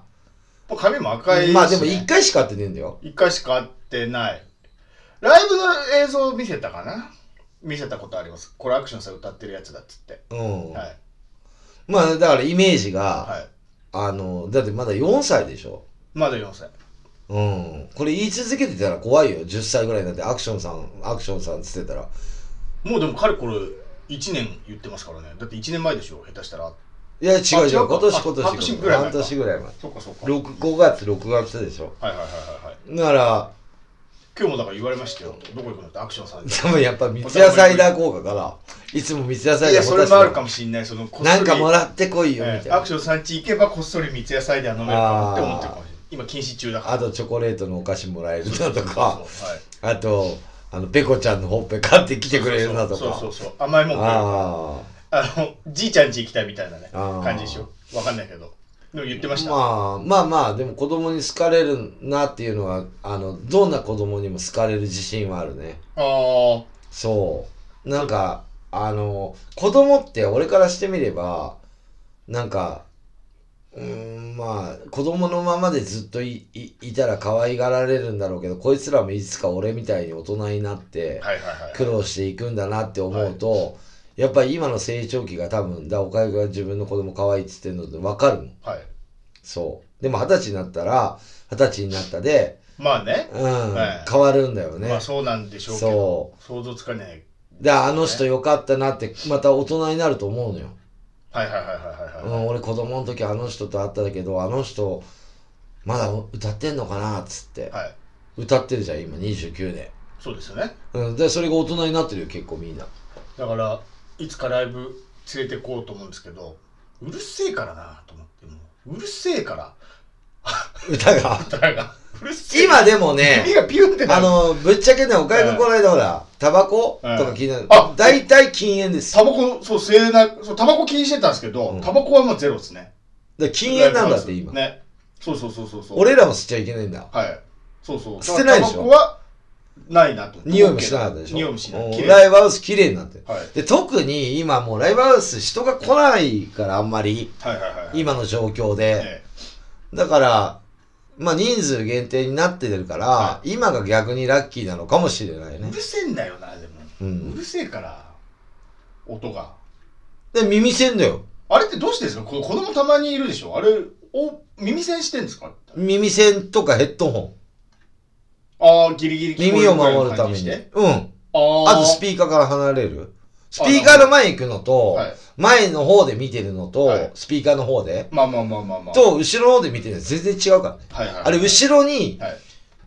髪も赤いし、ね。 まあでも1回しか会ってねえんだよ。 1回しか会ってない。ライブの映像見せたかな？見せたことあります。これアクションさん歌ってるやつだっつって。 まあだからイメージが、だってまだ4歳でしょ？ まだ4歳。 これ言い続けてたら怖いよ。10歳ぐらいになってアクションさんっつってたら。 もうでもかれこれ1年言ってますからね。だって1年前でしょ、下手したら。 いや違う今年半年ぐらい前。 半年ぐらい前。 そうか。 5月6月でしょ。だから今日もだから言われましたよ。どこ行くのってアクションさんで。 多分やっぱ三ツ矢サイダー効果から、いつも三ツ矢サイダーそれもあるかもしんない。 なんかもらってこいよみたいな。 アクションさん家行けばこっそり三ツ矢サイダー飲めるかもって思ってるかもしれない。今禁止中だから。 あとチョコレートのお菓子もらえるなとか、あとペコちゃんのほっぺ買ってきてくれるなとか。 そう甘いもんくれる。じいちゃん家行きたいみたいなね感じでしょ。わかんないけど。でも言ってました。 まあでも子供に好かれるなっていうのはどんな子供にも好かれる自信はあるね。そうなんか子供って俺からしてみればなんかまあ子供のままでずっといたら可愛がられるんだろうけど、こいつらもいつか俺みたいに大人になって苦労していくんだなって思うと、やっぱり今の成長期が多分おかゆが自分の子供可愛いっつってるので分かるもん。そうでも20歳になったでまあね変わるんだよね。 まあそうなんでしょうけど、想像つかない。 で人よかったなってまた大人になると思うのよ。俺子供の時あの人と会ったけど、あの人まだ歌ってんのかなっつって、歌ってるじゃん今29年。 そうですよね。 でそれが大人になってるよ結構みんな。 だからいつかライブ連れてこうと思うんですけど、うるせえからなと思って、もううるせえから歌がうるせえ。 今でもね、 耳がピュンってなる。 ぶっちゃけね、おかゆくこの間ほらタバコとか聞いたら大体禁煙です。 タバコタバコ禁煙してたんですけど、タバコはもうゼロですね。 禁煙なんだって今ね。そう俺らも吸っちゃいけないんだ。 そう吸ってないでしょ。 タバコはないなと。 匂いもしなかったでしょ。 匂いもしない。 ライブハウス綺麗になってる。で特に今もうライブハウス人が来ないからあんまり今の状況で、だからまあ人数限定になってるから、今が逆にラッキーなのかもしれないね。 うるせえんだよなでも。うるせえから音が。 で耳栓だよ。 あれってどうしてですか？子供たまにいるでしょ。あれ耳栓してんですか？ 耳栓とかヘッドホン。 ギリギリ聞こえる耳を守るために。あとスピーカーから離れる。スピーカーの前行くのと、前の方で見てるのと、スピーカーの方で。と、後ろの方で見てるの全然違うからね。あれ、後ろに、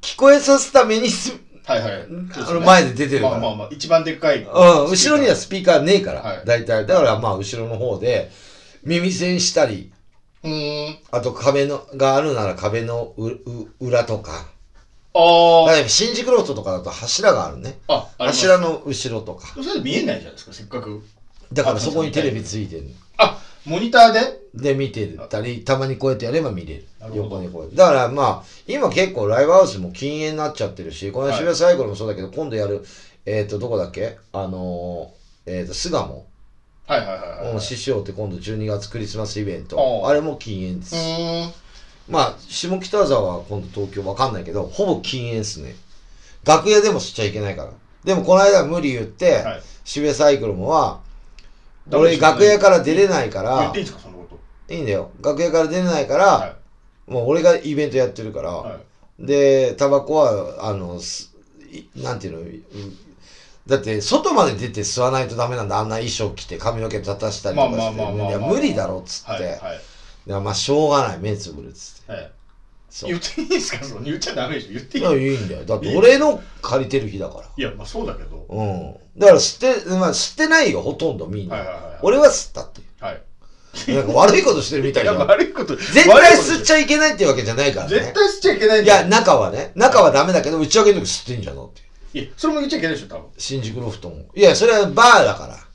聞こえさすためにはいはい。 前で出てるから。 まあ一番でっかい。 後ろにはスピーカーねえから、 はい、 大体。だからまあ後ろの方で、耳栓したり、あと壁があるなら壁の裏とか。新宿ロフトとかだと柱があるね。柱の後ろとか。 それで見えないじゃないですか、せっかく。 だからそこにテレビついてる。 モニターで見てたり、たまにこうやってやれば見れる。横にこうやって。だからまあ、今結構ライブハウスも禁煙になっちゃってるし、この渋谷サイコロもそうだけど、今度やる、どこだっけ巣鴨。獅子王って今度12月クリスマスイベント。あれも禁煙です。まあ、下北沢は今度東京わかんないけど、ほぼ禁煙っすね。楽屋でも吸っちゃいけないから。でもこの間無理言って、渋谷サイクルもは、俺楽屋から出れないから、 言っていいんですか、そのこと。 いいんだよ。楽屋から出れないから、もう俺がイベントやってるから、で、タバコは、なんていうの、だって外まで出て吸わないとダメなんだ。あんな衣装着て髪の毛立たしたりとかして。いや、無理だろっつって。まあしょうがない、目つぶるっつって。 言っていいですか、言っちゃダメでしょ、言っていい。 いや、いいんだよ。だって俺の借りてる日だから。 いや、まあそうだけど。 だから吸ってないよ、ほとんどみんな。俺は吸ったって。なんか悪いことしてるみたいじゃん。 悪いこと。 絶対吸っちゃいけないっていうわけじゃないからね。 絶対吸っちゃいけないいや、中はね。中はダメだけど、打ち上げの時吸ってんじゃんのって。 いや、それも言っちゃいけないでしょ、多分。 新宿ロフトも。いや、それはバーだから。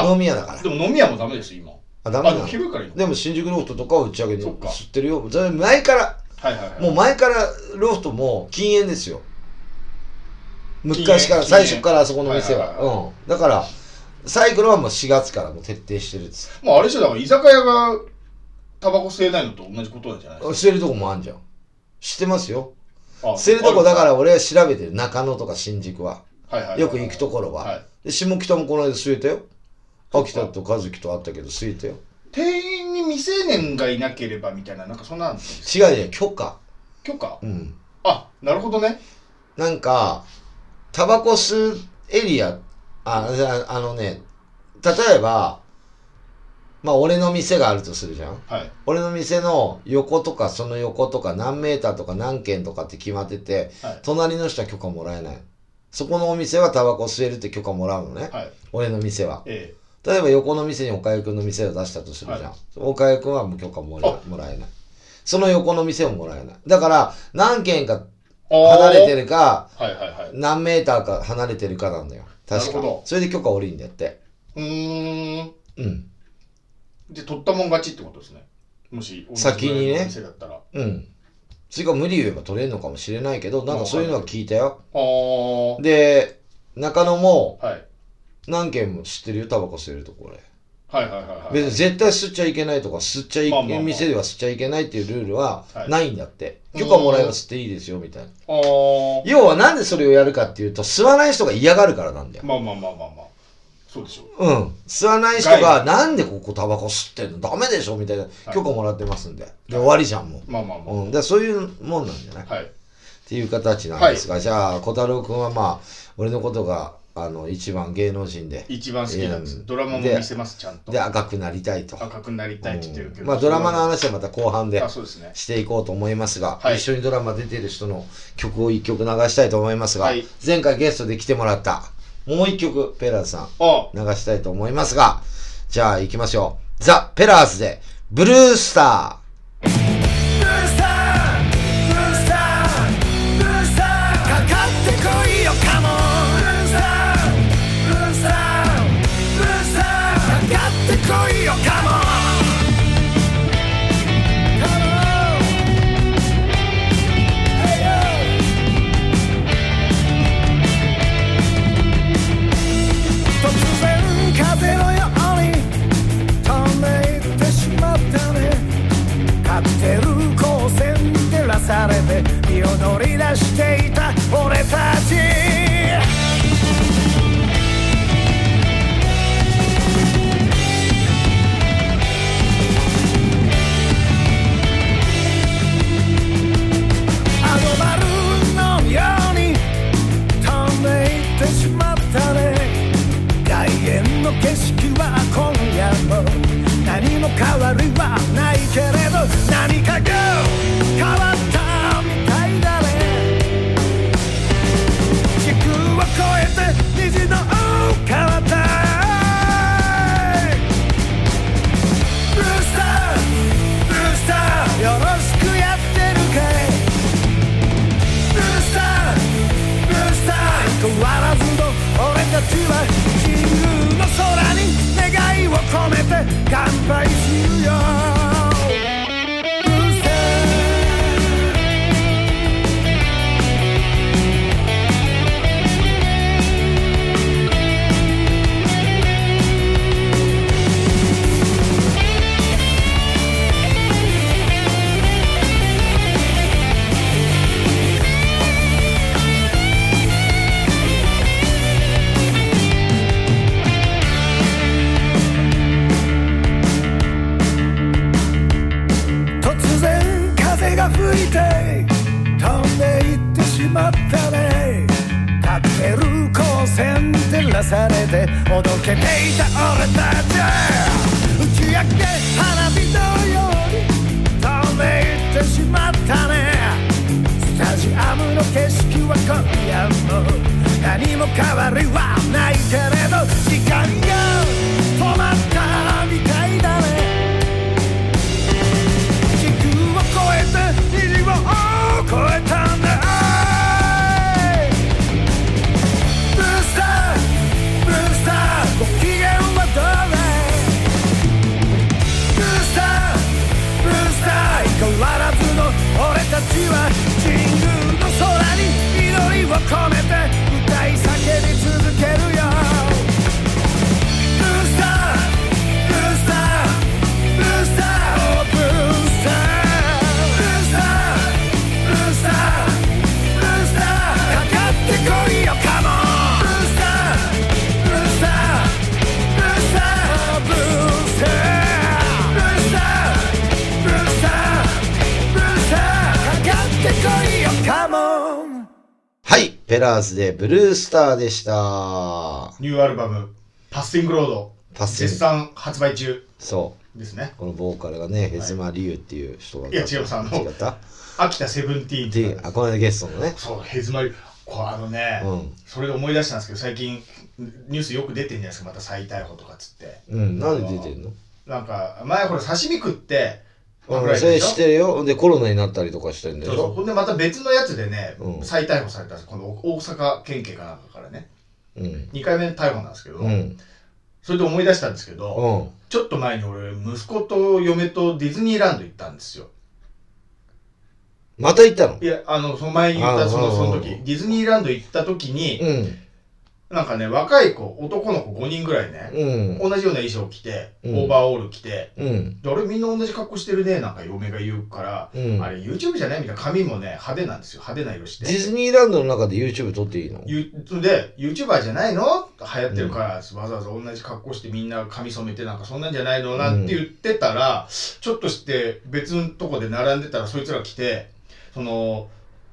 飲み屋だから。 でも飲み屋もダメですよ、今。 ダメだ。 昼からいいの。 でも新宿ロフトとかは打ち上げで吸ってるよ。それ前から、もう前からロフトも禁煙ですよ。昔から、最初からあそこの店は。だから、サイクルはもう4月からもう徹底してるっつ。 もうあれでしょ、だから居酒屋がタバコ吸えないのと同じことなんじゃないですか。 吸えるとこもあんじゃん。知ってますよ。吸えるとこだから俺は調べてる。中野とか新宿は。よく行くところは。で、下北もこの間吸えたよ。秋田と和樹と会ったけど吸えたよ。 店員に未成年がいなければみたいな、なんかそんなんですか。違うよ、許可。 許可？なるほどね。 なんか、タバコ吸うエリア、例えば、まあ俺の店があるとするじゃん。俺の店の横とかその横とか何メーターとか何軒とかって決まってて、隣の人は許可もらえない。そこのお店はタバコ吸えるって許可もらうのね。俺の店は。例えば横の店に岡谷くんの店を出したとするじゃん。岡谷くんはもう許可もらえない。その横の店ももらえない。だから何軒か離れてるか、何メーターか離れてるかなんだよ。確か。それで許可下りんだって。 で、取ったもん勝ちってことですね。もし、 先にね。 店だったら。 それが無理言えば取れるのかもしれないけど、なんかそういうのは聞いたよ。で、中野も、何軒も知ってるよ、タバコ吸えるところ。別に絶対吸っちゃいけないとか、店では吸っちゃいけないっていうルールはないんだって。許可もらえば吸っていいですよ、みたいな。要はなんでそれをやるかっていうと、吸わない人が嫌がるからなんだよ。 そうでしょ。 吸わない人が、なんでここタバコ吸ってんのダメでしょみたいな許可もらってますんで。で、終わりじゃん、もう。だからそういうもんなんじゃないっていう形なんですが、じゃあ、小太郎くんはまあ、俺のことが、一番芸能人で。 一番好きなんです。ドラマも見せます、ちゃんと。 で、赤くなりたいと。 赤くなりたいって言ってるけど。 まあ、ドラマの話はまた後半でしていこうと思いますが、一緒にドラマ出てる人の曲を一曲流したいと思いますが、前回ゲストで来てもらった、もう一曲、ペラーズさん、流したいと思いますが、じゃあ行きましょう。ザ・ペラーズで、ブルースター。 風のように飛んでいってしまったね。 されておどけていた俺たち打ち上げ花火のように飛んでいってしまったねスタジアムの景色は今夜も何も変わりはないけれど時間が止まったみたいだね時空を超えて虹を超えたんだブルースターブルースターご機嫌はどれブルースターブルースター相変わらずの俺たちは神宮の空に祈りを込めて歌い叫び続けるよブルースターブルースターブルースターブルースターブルースターブルースターブルースターかかってこいよカモンブルースターブルースターブルースターブルースターブルースターブルースターブルースターかかってこいよカモンはい、ペラーズでブルースターでした。 ニューアルバムパッシングロード絶賛発売中そうですね。 このボーカルがね、ヘズマリュウっていう人が、 いや違うさんの違った秋田セブンティーンってあ、この間ゲストのね、 そうヘズマリュウこれね、それで思い出したんですけど最近ニュースよく出てんじゃないですかまた再逮捕とかっつってなんで出てんのなんか前ほら刺身食ってそれ知ってるよ。でコロナになったりとかしてるんだよ。 そうほんでまた別のやつでね、再逮捕されたんですこの大阪県警かなんかからね、2回目逮捕なんですけど、それで思い出したんですけど、ちょっと前に俺息子と嫁とディズニーランド行ったんですよ。 また行ったの？ いやその前に言ったその時ディズニーランド行った時に、なんかね若い子男の子5人ぐらいね、同じような衣装着て、オーバーオール着て、で俺みんな同じ格好してるねなんか嫁が言うから、あれ YouTube じゃないみたいな髪もね派手なんですよ派手な色してディズニーランドの中で YouTube 撮っていいの？ で YouTuber じゃないの流行ってるから、わざわざ同じ格好してみんな髪染めてなんかそんなんじゃないのなんて言ってたら、ちょっとして別のとこで並んでたらそいつら来てその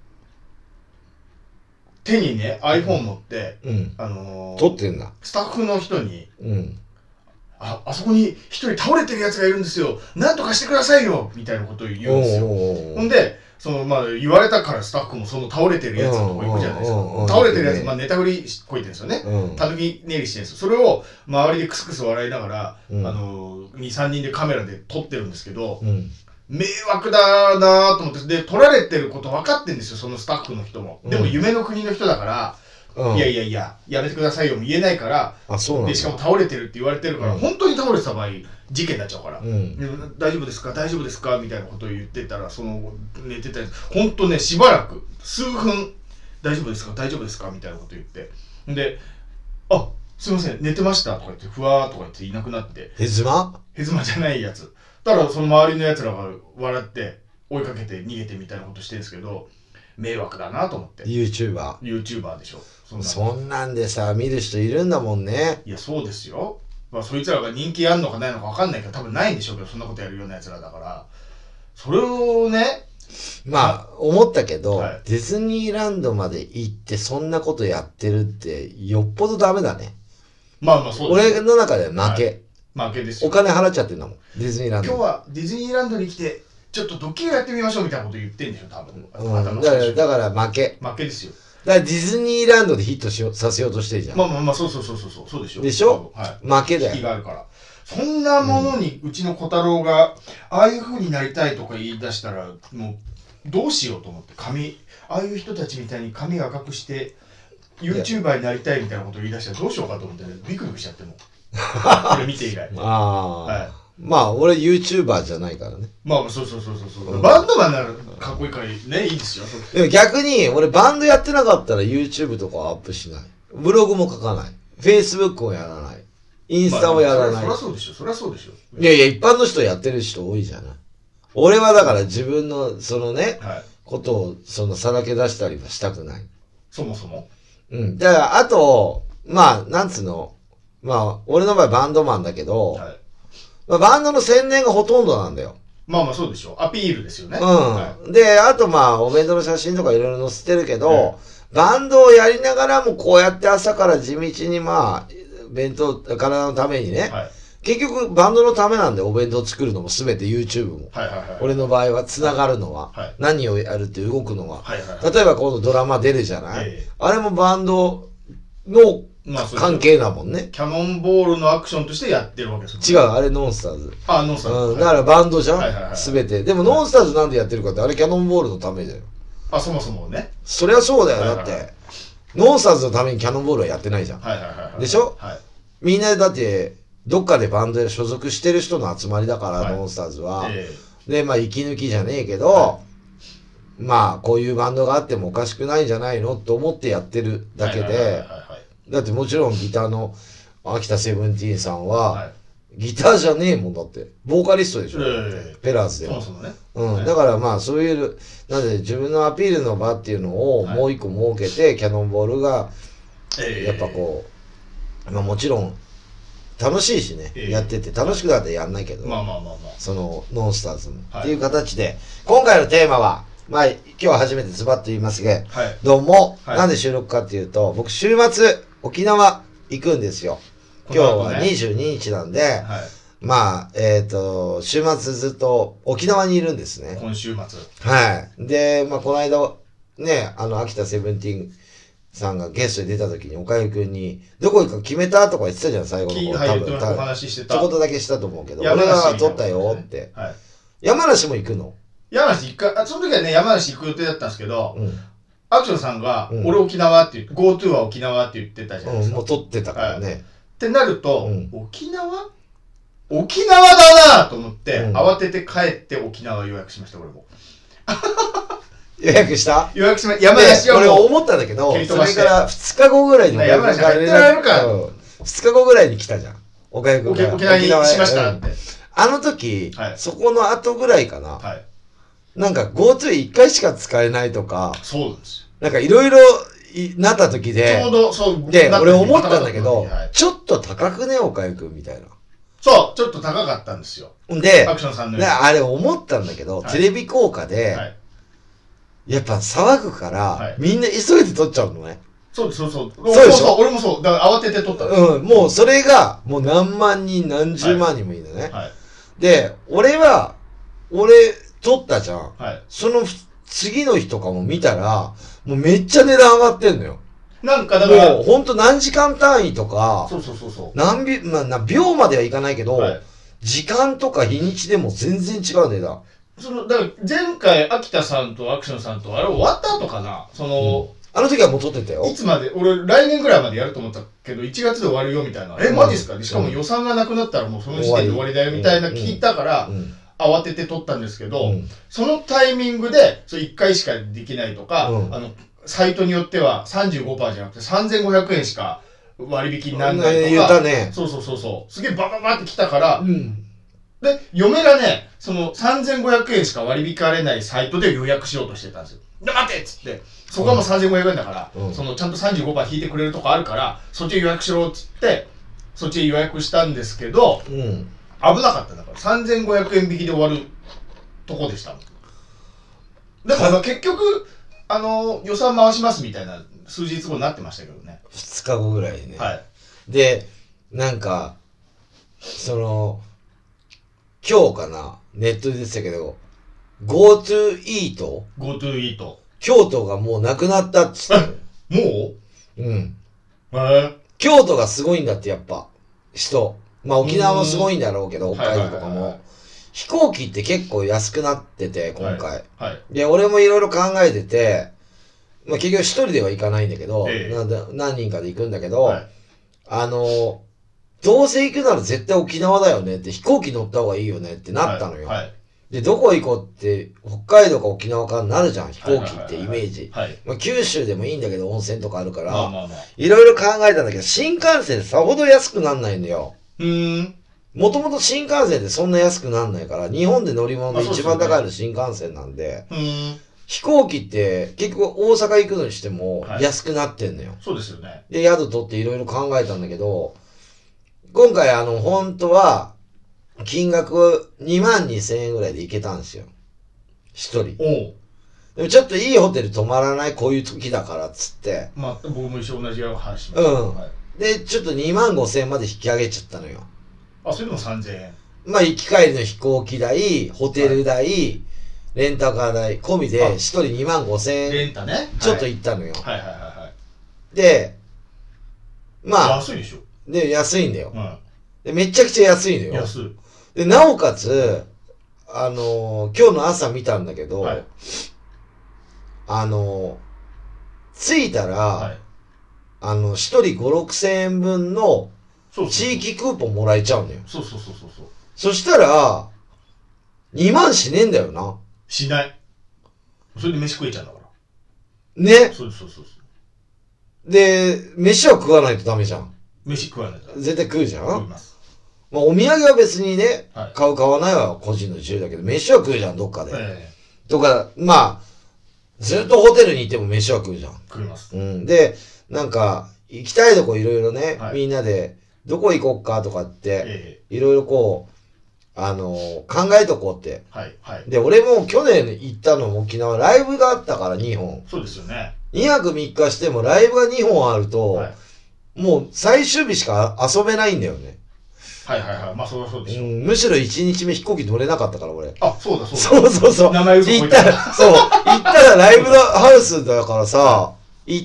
手にね iPhone 持って、 撮ってんだスタッフの人に、あそこに一人倒れてるやつがいるんですよなんとかしてくださいよみたいなことを言うんですよ。ほんで言われたからスタッフもその倒れてるやつのとこ行くじゃないですか。倒れてるやつ、ネタ振りこいてるんですよね。たぬき寝入りしてるんですよ。それを周りでクスクス笑いながら、2、3人でカメラで撮ってるんですけど、迷惑だなと思って、で、撮られてること分かってんですよ、そのスタッフの人も。でも夢の国の人だから、いやいやいや、やめてくださいよも言えないから、で、しかも倒れてるって言われてるから、本当に倒れてた場合、事件になっちゃうから、大丈夫ですか大丈夫ですかみたいなことを言ってたら、寝てたやつ、本当ね、しばらく、数分、大丈夫ですか大丈夫ですかみたいなこと言って。で、あ、すいません、寝てましたとか言って、ふわーとか言っていなくなって。 ヘズマじゃないやつ。だからその周りのやつらが笑って追いかけて逃げてみたいなことしてるんですけど迷惑だなと思って。 YouTuber でしょ。 そんなんでさ見る人いるんだもんね。 いやそうですよ。そいつらが人気あんのかないのか分かんないけど多分ないんでしょうけどそんなことやるようなやつらだからそれをね思ったけど、ディズニーランドまで行ってそんなことやってるってよっぽどダメだね。 そうです。 俺の中では負け。 負けですよ。 お金払っちゃってんだもんディズニーランド。 今日はディズニーランドに来てちょっとドッキリやってみましょうみたいなこと言ってんでしょ多分。 だから負けですよ。 だからディズニーランドでヒットさせようとしてるじゃん。 そうでしょ。 でしょ、負けだよ。 引きがあるから。そんなものにうちの小太郎がああいう風になりたいとか言い出したらもうどうしようと思ってああいう人たちみたいに髪赤くしてYouTuber になりたいみたいなことを言い出したらどうしようかと思ってビクビクしちゃってもこれ見て以来。 俺 YouTuber じゃないからね。 そうバンドマンならかっこいいからねいいですよ。 でも逆に俺バンドやってなかったら YouTube とかはアップしない。ブログも書かない。Facebook もやらない。インスタもやらない。 そりゃそうでしょ。 いやいや一般の人やってる人多いじゃない。俺はだから自分のそのね、ことをさらけ出したりはしたくない。 そもそも。 だからあとなんつうの。俺の場合バンドマンだけど、バンドの宣伝がほとんどなんだよ。 そうでしょ。アピールですよね。 で、あとお弁当の写真とかいろいろ載せてるけど、 バンドをやりながらもこうやって朝から地道にまあ、体のためにね、 はい、結局バンドのためなんでお弁当作るのも全て YouTube も。 はいはいはい、 俺の場合は繋がるのは、 はい、 何をやるって動くのは、 はいはいはい、 例えば今度ドラマ出るじゃない、あれもバンドの関係だもんね。 キャノンボールのアクションとしてやってるわけですよね。違う、あれノンスターズ。 あ、ノンスターズ。 だからバンドじゃん、 はいはいはい、 全て。でもノンスターズなんでやってるかって、あれキャノンボールのためだよ。 あ、そもそもね。 そりゃそうだよ、だって。ノンスターズのためにキャノンボールはやってないじゃん。 はいはいはい。 でしょ、 はい、 みんなだって、どっかでバンドで所属してる人の集まりだから、ノンスターズは。で、まあ、息抜きじゃねえけど、まあ、こういうバンドがあってもおかしくないんじゃないのと思ってやってるだけで、だってもちろんギターの秋田セブンティーンさんは、ギターじゃねえもんだって。ボーカリストでしょ、ペラーズでは。 そもそもね。 うん。だからまあ、そういう、なんで自分のアピールの場っていうのをもう一個設けて、キャノンボールが、やっぱこう、まあもちろん、楽しいしね、やってて、楽しくなってやんないけど、その、ノンスターズも。っていう形で、今回のテーマは、まあ、今日は初めてズバッと言いますが、どうも、なんで収録かっていうと、僕週末、沖縄行くんですよ。今日は22日なんで、まあ、週末ずっと沖縄にいるんですね。 今週末。 はい。で、まあ、この間、ね、秋田セブンティーンさんがゲストで出た時に、岡井くんに、どこ行くか決めたとか言ってたじゃん、最後の方。 多分、お話ししてた。 ちょこっとだけしたと思うけど、俺が撮ったよって。山梨も行くの？ 山梨行くか、その時はね、山梨行く予定だったんですけど、アクションさんが、俺沖縄って言って、GoTo は沖縄って言ってたじゃないですか。 もう撮ってたからね。 ってなると、沖縄だなと思って、慌てて帰って沖縄予約しました、俺も。 予約した？ 予約しました。山梨は俺思ったんだけど、それから2日後ぐらいに山梨入ってられるか。 2日後ぐらいに来たじゃん。岡井くんが。 沖縄にしましたって。 あの時、そこの後ぐらいかな。なんか GoTo 1回しか使えないとか、 そうです。 なんかいろいろなった時で、 ちょうどそうで、俺思ったんだけど、ちょっと高くね、岡井くんみたいな。 そう、ちょっと高かったんですよ。 で、 アクションさんのあれ思ったんだけど、テレビ効果で、やっぱ騒ぐから、みんな急いで撮っちゃうのね。 そうでしょ。 俺もそう。だから慌てて撮ったんですよ。もうそれが、もう何万人、何十万人もいるんだね。で、俺撮ったじゃん。その次の日とかも見たら、もうめっちゃ値段上がってんのよ。 なんかだから。 もうほんと何時間単位とか、何秒まではいかないけど、時間とか日にちでも全然違う値段。 だから前回、秋田さんとアクションさんと、あれ終わった後かなあの時はもう撮ってたよ。 いつまで俺、来年ぐらいまでやると思ったけど、1月で終わるよみたいな。マジですか？しかも予算がなくなったらもうその時点で終わりだよみたいな聞いたから、慌てて撮ったんですけど、そのタイミングで、1回しかできないとか、サイトによっては 35% じゃなくて3500円しか割引にならないとか。 言ったね。 そう。すげえバババって来たから、で、嫁がね、その3500円しか割り引かれないサイトで予約しようとしてたんですよ。で、待てっつって、そこはもう3500円だから、そのちゃんと 35% 引いてくれるとこあるから、そっちで予約しろっつって、そっちで予約したんですけど、危なかっただから3500円引きで終わるとこでした。だから結局、予算回しますみたいな数日後になってましたけどね。 2日後ぐらいね。で、なんか、今日かな、ネットで出てたけど、GoTo イート ?GoTo イート。 京都がもうなくなったっつって。 もう京都がすごいんだってやっぱ、人。まあ沖縄もすごいんだろうけど、北海道とかも。飛行機って結構安くなってて、今回。で、俺もいろいろ考えてて、まあ結局一人では行かないんだけど、何人かで行くんだけど、どうせ行くなら絶対沖縄だよねって、飛行機乗った方がいいよねってなったのよ。で、どこ行こうって、北海道か沖縄かになるじゃん、飛行機ってイメージ。まあ九州でもいいんだけど、温泉とかあるから、いろいろ考えたんだけど、新幹線さほど安くなんないんだよ。もともと新幹線ってそんな安くなんないから、日本で乗り物で一番高いの新幹線なんで、飛行機って結局大阪行くのにしても安くなってんのよ。 そうですよね。 で、宿取っていろいろ考えたんだけど、今回本当は、金額22,000円ぐらいで行けたんですよ。一人。 でもちょっといいホテル泊まらないこういう時だからっつって。 まあ、僕も一緒同じ話しました。はい、 で、ちょっと25,000円まで引き上げちゃったのよ。 あ、それでも3000円。 まあ、行き帰りの飛行機代、ホテル代、レンタカー代込みで、1人25,000円。 レンタね。 ちょっと行ったのよ。 はいはいはいはい。 で、まあ。 安いでしょ。 で、安いんだよ。 うん。 で、めちゃくちゃ安いのよ。 安い。 で、なおかつ、今日の朝見たんだけど、はい、着いたら、はい、1人5、6,000円分の地域クーポンもらえちゃうのよ。 そう。 そしたら、2万しねえんだよな。 しない。それで飯食えちゃうんだから。 ね。 そう。 で、飯は食わないとダメじゃん。 飯食わないと。 絶対食うじゃん。 食います。 まあ、お土産は別にね、 はい、 買わないは個人の自由だけど、飯は食うじゃん、どっかで。とか、まあ、ずっとホテルにいても飯は食うじゃん。 食います。 うん。で、なんか、行きたいとこいろいろね、はい、みんなで、どこ行こっかとかって、いろいろこう、考えとこうって。 はいはい。 で、俺も去年行ったのも沖縄、ライブがあったから2本。 そうですよね。 2泊3日してもライブが2本あると、はい、もう最終日しか遊べないんだよね。 はい。まあそうでしょう。 むしろ1日目飛行機乗れなかったから俺。 あ、そうだ。 そう。 名前嘘こいた。 行ったらライブハウスだからさ、行って、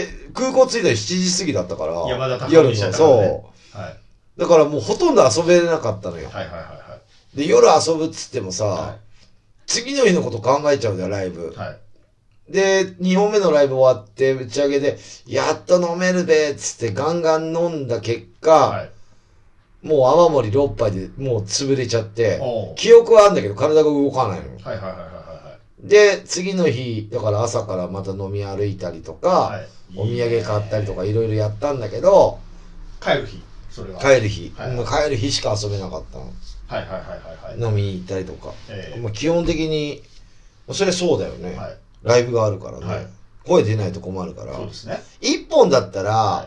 空港着いたら7時過ぎだったから。 山田隆夜の、 ね、 そう。 はい。 だからもうほとんど遊べなかったのよ。 はい。 で、夜遊ぶっつってもさ、はい、次の日のこと考えちゃうんだよ、ライブ。 はい。 で、2本目のライブ終わって、打ち上げで、やっと飲めるべっつってガンガン飲んだ結果、はい、もう泡盛6杯でもう潰れちゃって、記憶はあるんだけど体が動かないのよ。で、次の日、だから朝からまた飲み歩いたりとか、はい、お土産買ったりとかいろいろやったんだけど、 帰る日、それは。 帰る日。 はいはい、帰る日しか遊べなかったの。飲みに行ったりとか。まあ基本的に、それそうだよね。はい、ライブがあるからね、はい。声出ないと困るから。 そうですね。 1本だったら、はい、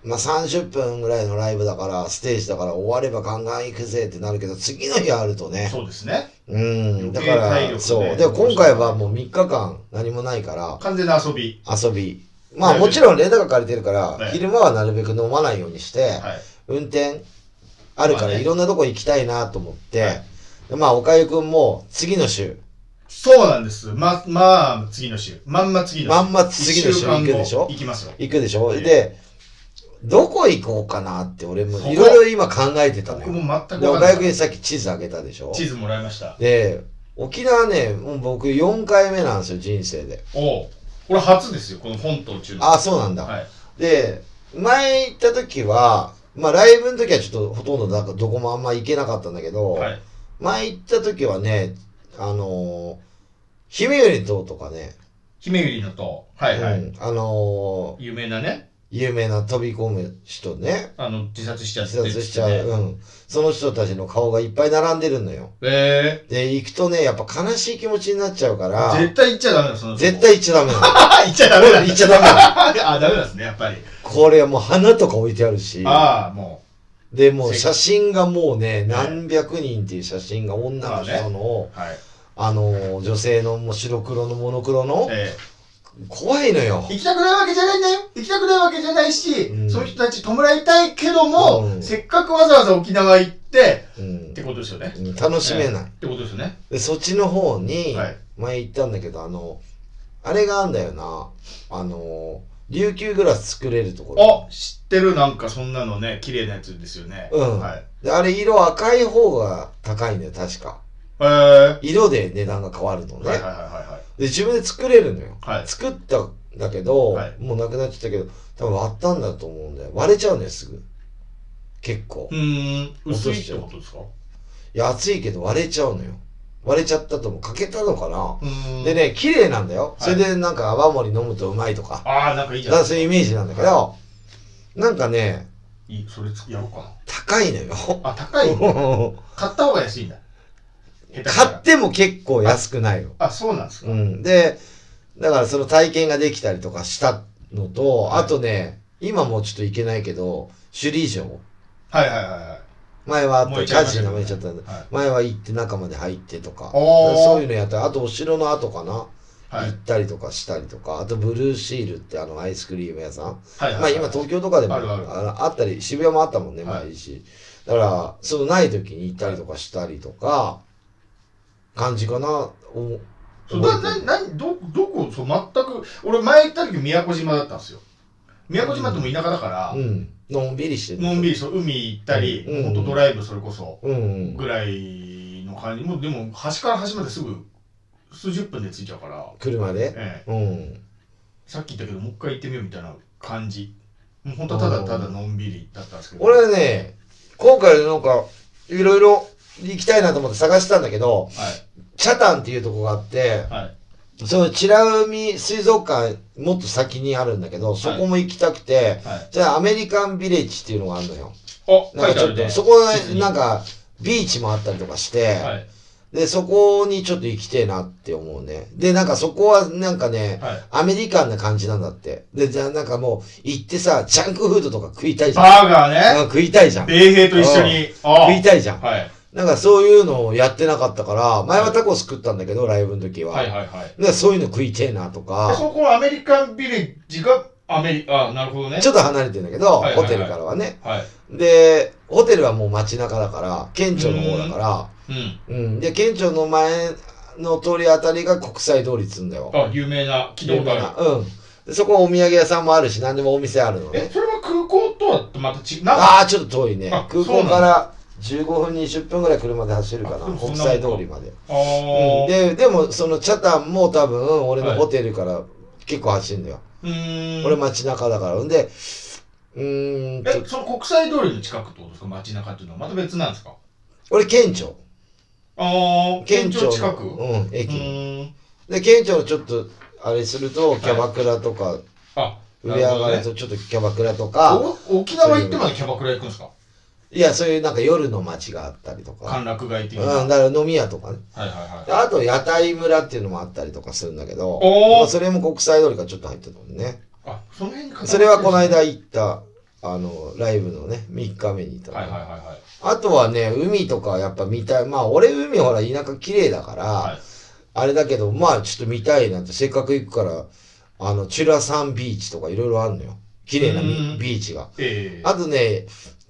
まあ30分ぐらいのライブだから、ステージだから終わればガンガン行くぜってなるけど、次の日あるとね。 そうですね。 だから、そう。で、今回はもう3日間何もないから。 完全な遊び。 まあもちろんレンタカー借りてるから、はい、昼間はなるべく飲まないようにして、はい、運転あるからいろんなとこ行きたいなと思って、はい、まあ岡井くんも次の週。 そうなんです。まあ次の週。まんま次の週行くでしょ？ 行きますよ。 行くでしょ？で、どこ行こうかなって俺もいろいろ今考えてたのよ。 僕も全く分かんない。 で、岡井くんにさっき地図あげたでしょ？ 地図もらいました。 で、沖縄ね、もう僕4回目なんですよ、人生で。 これ初ですよ、この本島中の。 あ、そうなんだ。 はい、 で、前行った時は、まあライブの時はちょっとほとんどどこもあんま行けなかったんだけど、はい、前行った時はね、ひめゆり島とかね。 ひめゆりの島。はいはい。有名なね。 有名な飛び込む人ね。 自殺しちゃう。 その人たちの顔がいっぱい並んでるのよ。で、行くとね、やっぱ悲しい気持ちになっちゃうから。 絶対行っちゃダメだ、その絶対行っちゃダメなの。 行っちゃダメだ。 行っちゃダメなの。ダメなんですね、やっぱり。 これはもう花とか置いてあるし。 もう。で、もう写真がもうね、何百人っていう写真が女の人の、女性のもう白黒のモノクロの、怖いのよ。 行きたくないわけじゃないんだよ。行きたくないわけじゃないし、そういう人たち弔いたいけども、せっかくわざわざ沖縄行って、ってことですよね。 楽しめない。 ってことですよね。 で、そっちの方に、前行ったんだけど、あれがあんだよな。琉球グラス作れるところ。 知ってる、なんかそんなのね、綺麗なやつですよね。 で、あれ色赤い方が高いんだよ、確か。色で値段が変わるのね。で、自分で作れるのよ。作ったんだけど、もうなくなっちゃったけど、多分割ったんだと思うんだよ。割れちゃうんだよ、すぐ。結構。 薄いってことですか？ いや、熱いけど割れちゃうのよ。割れちゃったとも欠けたのかな。でね、綺麗なんだよ。それでなんか泡盛飲むとうまいとか。 なんかいいじゃん。 そういうイメージなんだけど、なんかね、 それやろうかな。 高いのよ。 高いの？買った方が安いんだ。 買っても結構安くないよ。 そうなんですか。 で、だからその体験ができたりとかしたのと、あとね、今もうちょっと行けないけど、首里城。 前はあった燃えちゃいましたけど火事に燃えちゃったんで、 はい前は行って中まで入ってとか、 おーそういうのやったり、あとお城の後かな、 はい行ったりとかしたりとか、あとブルーシールってアイスクリーム屋さん、 はいはいまあ今東京とかでもあるあるあったり、渋谷もあったもんね、 はい毎日。だから、そのない時に行ったりとかしたりとか、感じかな。 そうどこそう全く俺前行った時宮古島だったんですよ。宮古島っても田舎だから、 のんびりしてる。 のんびりそう海行ったり、 うんほんとドライブそれこそうんぐらいの感じ。もうでも端から端まですぐ数十分で着いちゃうから、 車で、 さっき言ったけどもう一回行ってみようみたいな感じ。もうほんとただただのんびりだったんですけど。 俺ね、今回なんか、いろいろ行きたいなと思って探したんだけど、 はいチャタンっていうとこがあって、 はいその美ら海水族館もっと先にあるんだけど、そこも行きたくて、 はい。 じゃあアメリカンビレッジっていうのがあるのよ。 あ、 なんかちょっと、 書いてあるね。 そこなんか、ビーチもあったりとかして、 はいで、そこにちょっと行きてえなって思うね。で、なんかそこはなんかね、 はい。 アメリカンな感じなんだって。で、じゃあなんかもう、行ってさ、ジャンクフードとか食いたいじゃん。 バーガーね。 食いたいじゃん。 米兵と一緒に。 食いたいじゃん。 はい。 なんかそういうのをやってなかったから、前はタコス食ったんだけど、ライブの時は。 はいはいはい。 でそういうの食いてえなとでか、 そこはアメリカンビレッジがなるほどね。 ちょっと離れてるんだけど、 はいはいはいホテルからはね。 はい。 で、ホテルはもう街中だから、県庁の方だから、 うん。 で、県庁の前の通りあたりが国際通りっつうんだよ。 あ、有名な、聞いたことある。 でそこはお土産屋さんもあるし、何でもお店あるのね。 それは空港とはまたああ、ちょっと遠いねあ。 空港から15分、20分ぐらい車で走るかな。 あでもそん国なもんか際通りまで。 あーでも、そのチャタンも多分、俺のホテルから結構走るんだよ。俺街中だから。んで、 その国際通りの近くってことですか？街中っていうのはまた別なんですか？ 俺県庁。 県庁近く？ 駅。で、県庁のちょっと、あれすると、キャバクラとか、上上がるとちょっとキャバクラとか、 沖縄行ってまでキャバクラ行くんですか？ いや、そういうなんか夜の街があったりとか。 歓楽街っていうだから飲み屋とかね。 はいはいはい。 であと、屋台村っていうのもあったりとかするんだけど、 おーそれも国際通りからちょっと入ってたもんね。 あ、その辺にそれはこの間行った、ライブのね、3日目に行ったの。 はいはいはいはい。 あとはね、海とかやっぱ見たい。まあ、俺海ほら田舎綺麗だから、 はいあれだけど、まあちょっと見たいなんて、せっかく行くから、チュラサンビーチとかいろいろあるのよ。綺麗なビーチが。あとね、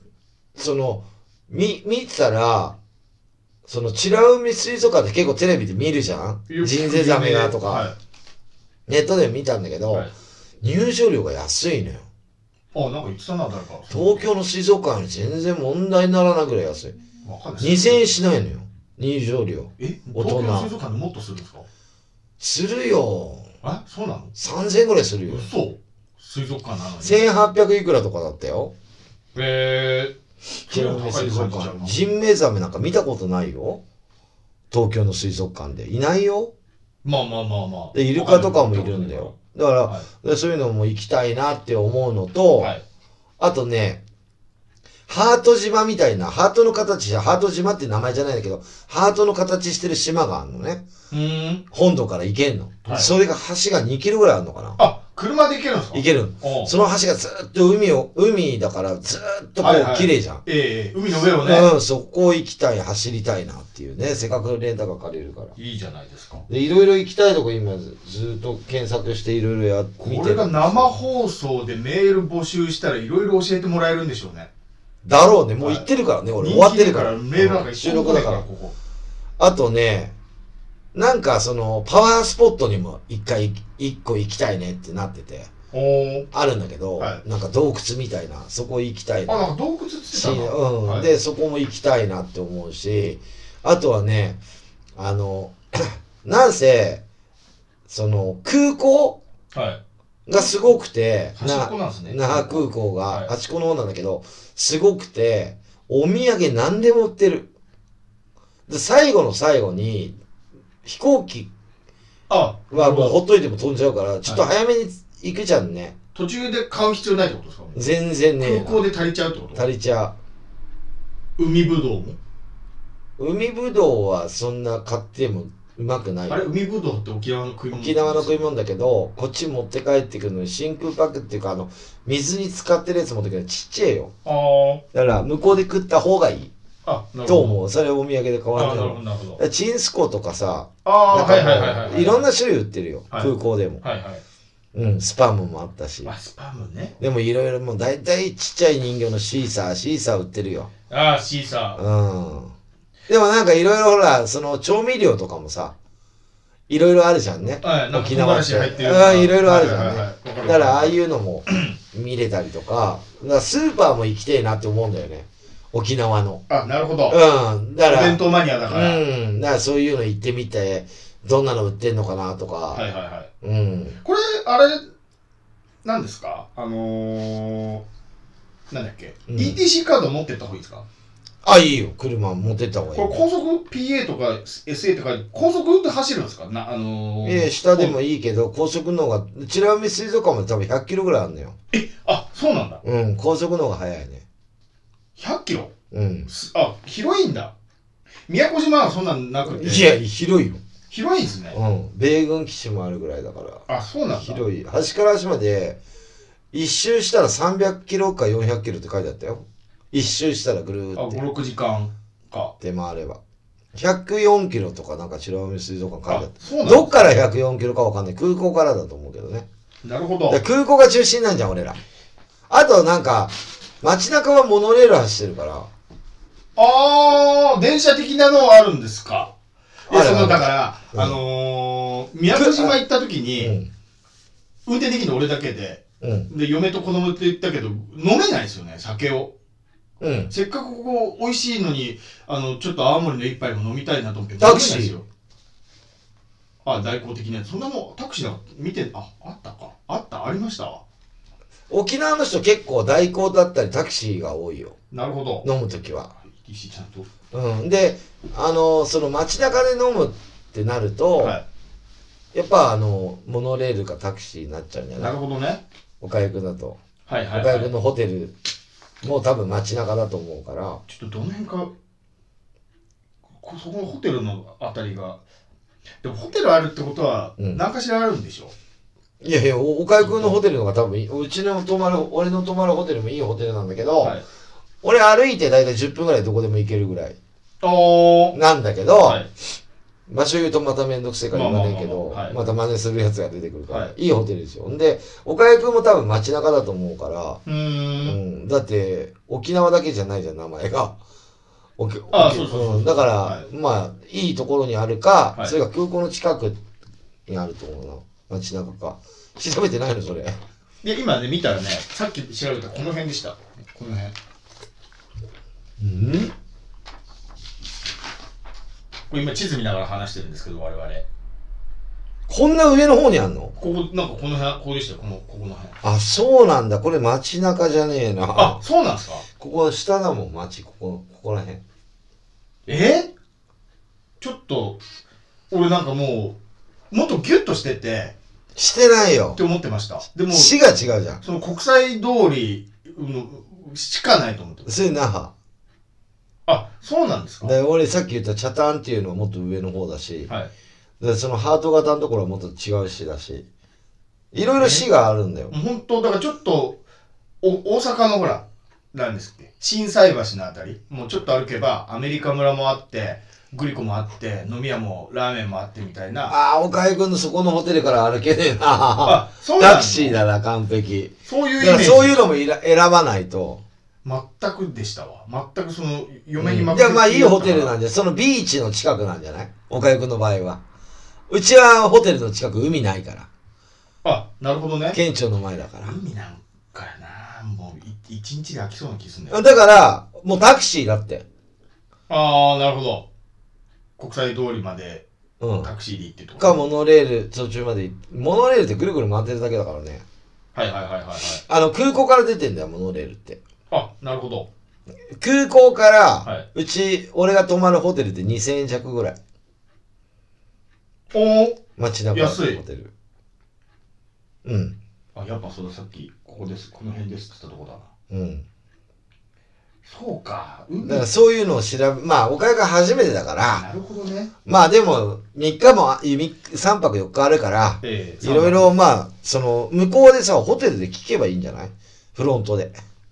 見てたら、美ら海水族館って結構テレビで見るじゃん？ジンゼザメがとか、ネットで見たんだけど、入場料が安いのよ。 あ、なんか言ってたな、誰か。 東京の水族館より全然問題にならないぐらい安い。 わかんない。 2000円しないのよ。入場料。大人東京の水族館でもっとするんですか？ するよ。 そうなの 3000円ぐらいするよ。 嘘？水族館なのに。 1800いくらとかだったよ。 それは高い水族館。 感じじゃん。 ジンメザメなんか見たことないよ。東京の水族館で。いないよ。 まあ。 で、イルカとかもいるんだよ。だから、そういうのも行きたいなって思うのと、あとね、ハート島みたいな、ハートの形、ハート島って名前じゃないんだけど、ハートの形してる島があるのね。本土から行けんの。それが橋が2キロぐらいあるのかな。 あ、車で行けるんですか？ 行ける。その橋がずっと海だからずっとこう綺麗じゃん。 海の上をね。 そこ行きたい、走りたいなっていうね。せっかくレンタカー借りるから。 いいじゃないですか。 で、いろいろ行きたいとこ今ずっと検索していろいろ見てる。 これが生放送でメール募集したらいろいろ教えてもらえるんでしょうね。 だろうね。もう行ってるからね。俺終わってるから。 メールなんか収録だから。あとね、なんかパワースポットにも一個行きたいねってなってて。あるんだけど、なんか洞窟みたいな、そこ行きたいな。 なんか洞窟って言ってたの？で、そこも行きたいなって思うし、あとはね、なんせ、空港がすごくて、那覇空港が、端っこの方なんだけど、すごくて、お土産何でも売ってる。で、最後の最後に、飛行機はもうほっといても飛んじゃうから、ちょっと早めに行くじゃんね。 途中で買う必要ないってことですか？ 全然ね。 空港で足りちゃうってこと？ 足りちゃう。海ぶどうも？ 海ぶどうはそんな買ってもうまくない。 あれ、海ぶどうって沖縄の食い物？ 沖縄の食い物だけど、こっち持って帰ってくるのに真空パックっていうか水に使ってるやつ持ってくるのちっちゃいよ。だから向こうで食った方がいい。 あ、なるほど。 と思う。それお土産で買わあ、 んでも。 なるほど。 チンスコとかさ、 はい。 いろんな種類売ってるよ。 はい空港でも。 はい。 うん、スパムもあったし。 あ、スパムね。 でもいろいろもう大体ちっちゃい人形のシーサー売ってるよ。 ああ、シーサー。 うん。でもなんかいろいろほら、その調味料とかもさ、いろいろあるじゃんね。 はい、なんか沖縄って。 入ってる。 いろいろあるじゃんね。だからああいいうのも見れたりとか、だからスーパーも行きてえなって思うんだよね。沖縄の。 あ、なるほど。 うん。だから、 お弁当マニアだから。 うん。だからそういうの行ってみて、どんなの売ってんのかなとか。 はいはいはい。 うん。 これ、あれ、何ですかなんだっけ、 うん、 ETC カード持ってった方がいいですか？ あ、いいよ。車持ってった方がいい。 これ高速 PA とか SA とか高速で走るんですか？ 下でもいいけど、高速の方が、美ら海水族館まで多分100キロぐらいあるのよ。 あ、そうなんだ。 うん、高速の方が早いね。 100キロ？ うん。 あ、広いんだ。宮古島はそんなんなくて。 いや、広いよ。 広いんですね。 うん。米軍基地もあるぐらいだから。 あ、そうなんだ。 広い。端から端まで、一周したら300キロか400キロって書いてあったよ。一周したらぐるーって。 5、6時間か。 で回れば。104キロとかなんか美ら海水族館書いてあった。 そうなんだ。 どっから104キロかわかんない。空港からだと思うけどね。 なるほど。 空港が中心なんじゃん、俺ら。あとなんか、街中はモノレール走ってるから。 電車的なのあるんですか？だから、宮古島行った時に、運転できるの俺だけで、で、嫁と子供って言ったけど、飲めないですよね、酒を。せっかくここ美味しいのに、ちょっと青森の一杯も飲みたいなと思って、 タクシー代行的なやつ。そんなもん、タクシーが見て、あったか。ありましたわ。 沖縄の人結構代行だったりタクシーが多いよ。 なるほど。 飲むときは。 ちゃんと。 で、その街中で飲むってなると、やっぱモノレールかタクシーになっちゃうんじゃない？ なるほどね。 岡井くんだと。 岡井くんのホテルも多分街中だと思うから。 ちょっとどの辺か、そこのホテルのあたりが、でもホテルあるってことは何かしらあるんでしょ？ いやいや、岡井くんのホテルのが多分、俺の泊まるホテルもいいホテルなんだけど、俺歩いてだいたい10分ぐらいどこでも行けるぐらいなんだけど、場所言うとまためんどくせえから言わねえけど、また真似するやつが出てくるから、いいホテルですよ。で、岡井くんも多分街中だと思うから、だって沖縄だけじゃないじゃん、名前が。だから、まあ、いいところにあるか、それが空港の近くにあると思うな。街中か。調べてないのそれ？ いや、今ね、見たらね、さっき調べたこの辺でした。この辺。これ今地図見ながら話してるんですけど、我々。 こんな上の方にあんの？ ここ、なんかこの辺、ここでしたよ、ここの辺。 あ、そうなんだ。これ街中じゃねえな。 あ、そうなんですか？ ここ下だもん、街。ここら辺。 ちょっと、俺なんかもっとギュッとしてて、 してないよって思ってました。でも、 市が違うじゃん。 その国際通りしかないと思ってます。 それ那覇。 あ、そうなんですか？ で、俺さっき言ったチャタンっていうのはもっと上の方だし、でそのハート型のところはもっと違う市だし、いろいろ市があるんだよ。 本当だからちょっと、大阪のほら、なんですっけ、心斎橋のあたり、もうちょっと歩けば、アメリカ村もあって、グリコもあって、飲み屋もラーメンもあってみたいな。 岡井くんのそこのホテルから歩けねえな。タクシーだな、完璧。 そういうイメージ。 そういうのも選ばないと。 全くでしたわ。全くその、嫁にいや、まあいいホテルなんじゃ、そのビーチの近くなんじゃない？岡井くんの場合は。うちはホテルの近く海ないから。 あ、なるほどね。 県庁の前だから。 海なんかやな。もう一日で飽きそうな気すんだよ。 だから、もうタクシーだって。 なるほど。国際通りまでタクシーで行ってとか。モノレール途中までモノレールってぐるぐる回ってるだけだからね。空港から出てんだよ、モノレールって。 あ、なるほど。 空港から、俺が泊まるホテルって2000円弱ぐらい。街中のホテル。 やっぱそうだ、さっきここです、この辺ですって言ったとこだな。そうか。 だからそういうのをまあ、岡井が初めてだから。 なるほどね。 まあでも、3日も、3泊4日あるから、いろいろまあ、向こうでさ、ホテルで聞けばいいんじゃない？フロントで。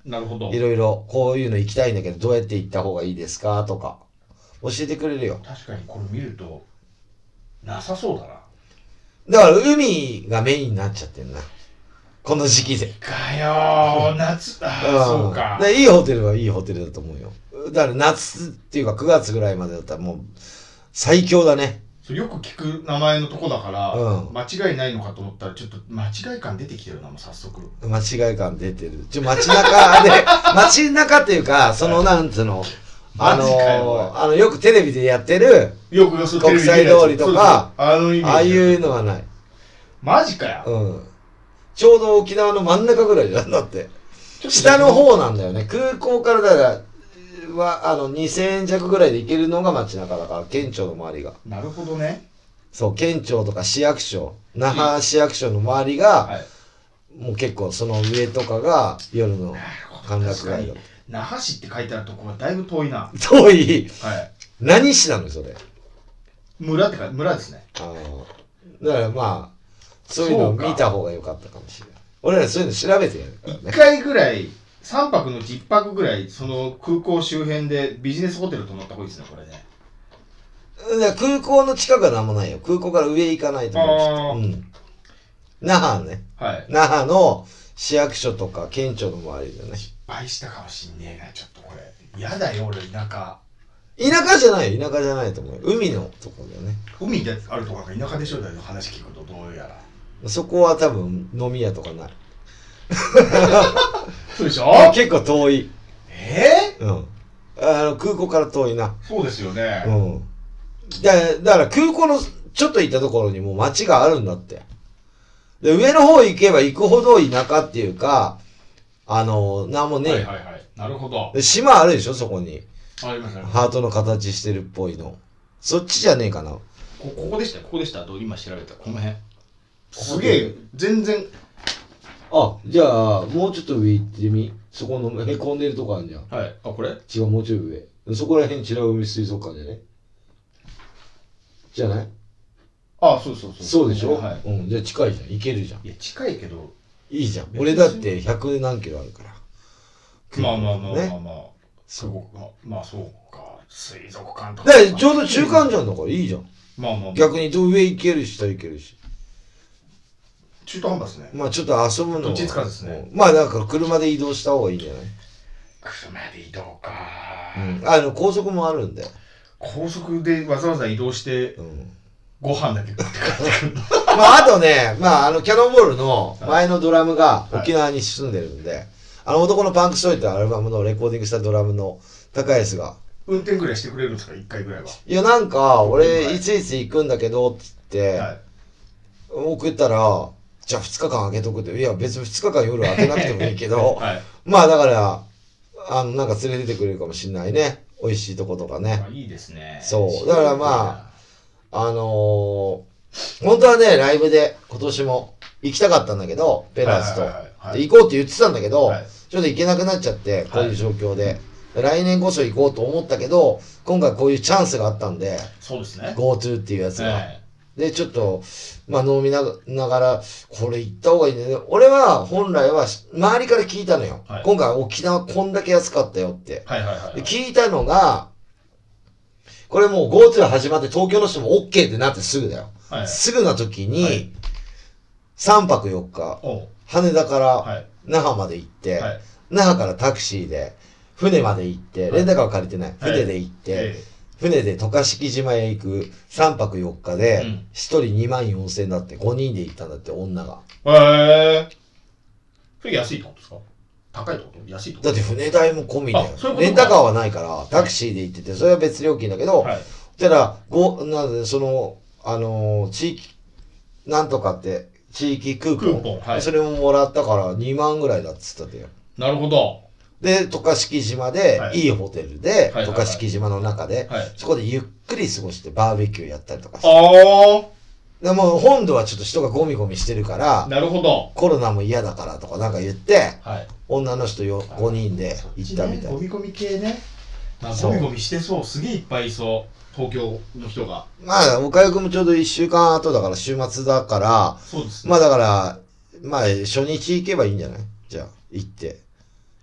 なるほど。 いろいろ、こういうの行きたいんだけど、どうやって行った方がいいですかとか、教えてくれるよ。 確かにこれ見ると、なさそうだな。 だから、海がメインになっちゃってんな。この時期で。 かよー、夏、そうか。 でいいホテルはいいホテルだと思うよ。だから夏っていうか9月ぐらいまでだったらもう最強だね。 よく聞く名前のとこだから、 間違いないのかと思ったらちょっと間違い感出てきてるな、もう早速。 間違い感出てる。街中で、街中っていうか、そのなんつうの、よくテレビでやってる、 よく国際通りとか、 ああいうのはない。 マジかよ。 ちょうど沖縄の真ん中ぐらいじゃんだって。下の方なんだよね。空港からだからは2000円弱ぐらいで行けるのが街中だから、県庁の周りが。 なるほどね。 そう、県庁とか市役所、那覇市役所の周りが、もう結構その上とかが夜の歓楽街だ。 那覇市って書いてあるとこはだいぶ遠いな。 遠い。何市なのそれ。 村ですね。 だからまあ、そういうのを見た方が良かったかもしれない。俺らそういうの調べてやるからね。 1回ぐらい、3泊のうち1泊ぐらい、その空港周辺でビジネスホテル泊まった方がいいですね、これね。 空港の近くはなんもないよ。空港から上行かないと思う。那覇ね。那覇の市役所とか県庁の周りだね。 失敗したかもしんねえな、ちょっとこれ。やだよ、俺、田舎。 田舎じゃないよ。田舎じゃないと思うよ。海のところだよね。 海であるところが田舎でしょ、だよ、話聞くとどうやら。 そこは多分飲み屋とかない。 そうでしょ結構遠い。空港から遠いな。 そうですよね。 だから空港のちょっと行ったところにもう街があるんだって。で、上の方行けば行くほど田舎っていうか、なんもね。 なるほど。 で、島あるでしょ、そこに。 ありますね。 ハートの形してるっぽいの。そっちじゃねえかな。 ここでした、ここでした。今調べた。この辺。すげえ、全然。 じゃあ、もうちょっと上行ってみ。そこのへこんでるとこあるじゃん。 これ違う、もうちょい上。そこら辺、美ら海水族館じゃねじゃないそう。 そうでしょじゃあ近いじゃん。行けるじゃん。 いや、近いけど。 いいじゃん。俺だって100何キロあるから。 まあ。 そうか。水族館とか。だからちょうど中間じゃんだからいいじゃん。逆に上行けるし、下行けるし。 中途半端ですね。 まあちょっと遊ぶのは。 どっちつかずですね。 まあだから車で移動した方がいいんじゃない？ 車で移動か。 高速もあるんで。 高速でわざわざ移動して、ご飯だけ食って帰ってくる。 あとね、キャノンボールの前のドラムが沖縄に住んでるんで、男のパンクストーリーってアルバムのレコーディングしたドラムの高安が。 運転ぐらいしてくれるんですか、1回ぐらいは。 いや、なんか、俺、いついつ行くんだけど、って言って、送ったら、じゃあ2日間空けとくって。いや、別に2日間夜空けなくてもいいけど、まあだから、なんか連れてってくれるかもしんないね。美味しいとことかね。 いいですね。 そう。だからまあ、本当はね、ライブで今年も行きたかったんだけど、ペラーズと。で行こうって言ってたんだけど、ちょっと行けなくなっちゃって、こういう状況で。来年こそ行こうと思ったけど、今回こういうチャンスがあったんで、 そうですね。 GoTo っていうやつが。で、ちょっと、飲みながら、これ行った方がいいね。俺は、本来は、周りから聞いたのよ。今回沖縄こんだけ安かったよって。で聞いたのが、これもう GoTo 始まって東京の人も OK ってなってすぐだよ。すぐな時に、3泊4日、羽田から那覇まで行って、那覇からタクシーで、船まで行って、レンタカーは借りてない。船で行って、船で渡嘉敷島へ行く3泊4日で、1人24,000円だって、5人で行ったんだって、女が。 それ安いってことですか？高いってこと？安いってこと？ だって船代も込みだよ。レンタカーはないから、タクシーで行ってて、それは別料金だけど、たら、地域、なんとかって、地域クーポン。それももらったから2万ぐらいだっつったてよ。 なるほど。 で、渡嘉敷島で、いいホテルで、渡嘉敷島の中で、そこでゆっくり過ごしてバーベキューやったりとかして。でも、本土はちょっと人がゴミゴミしてるから、 なるほど。 コロナも嫌だからとかなんか言って、女の人5人で行ったみたいな。 ゴミゴミ系ね。ゴミゴミしてそう。すげえいっぱいいそう。東京の人が。 まあ、岡谷くんもちょうど1週間後だから、週末だから、 そうですね。 まあだから、まあ、初日行けばいいんじゃない？じゃあ、行って。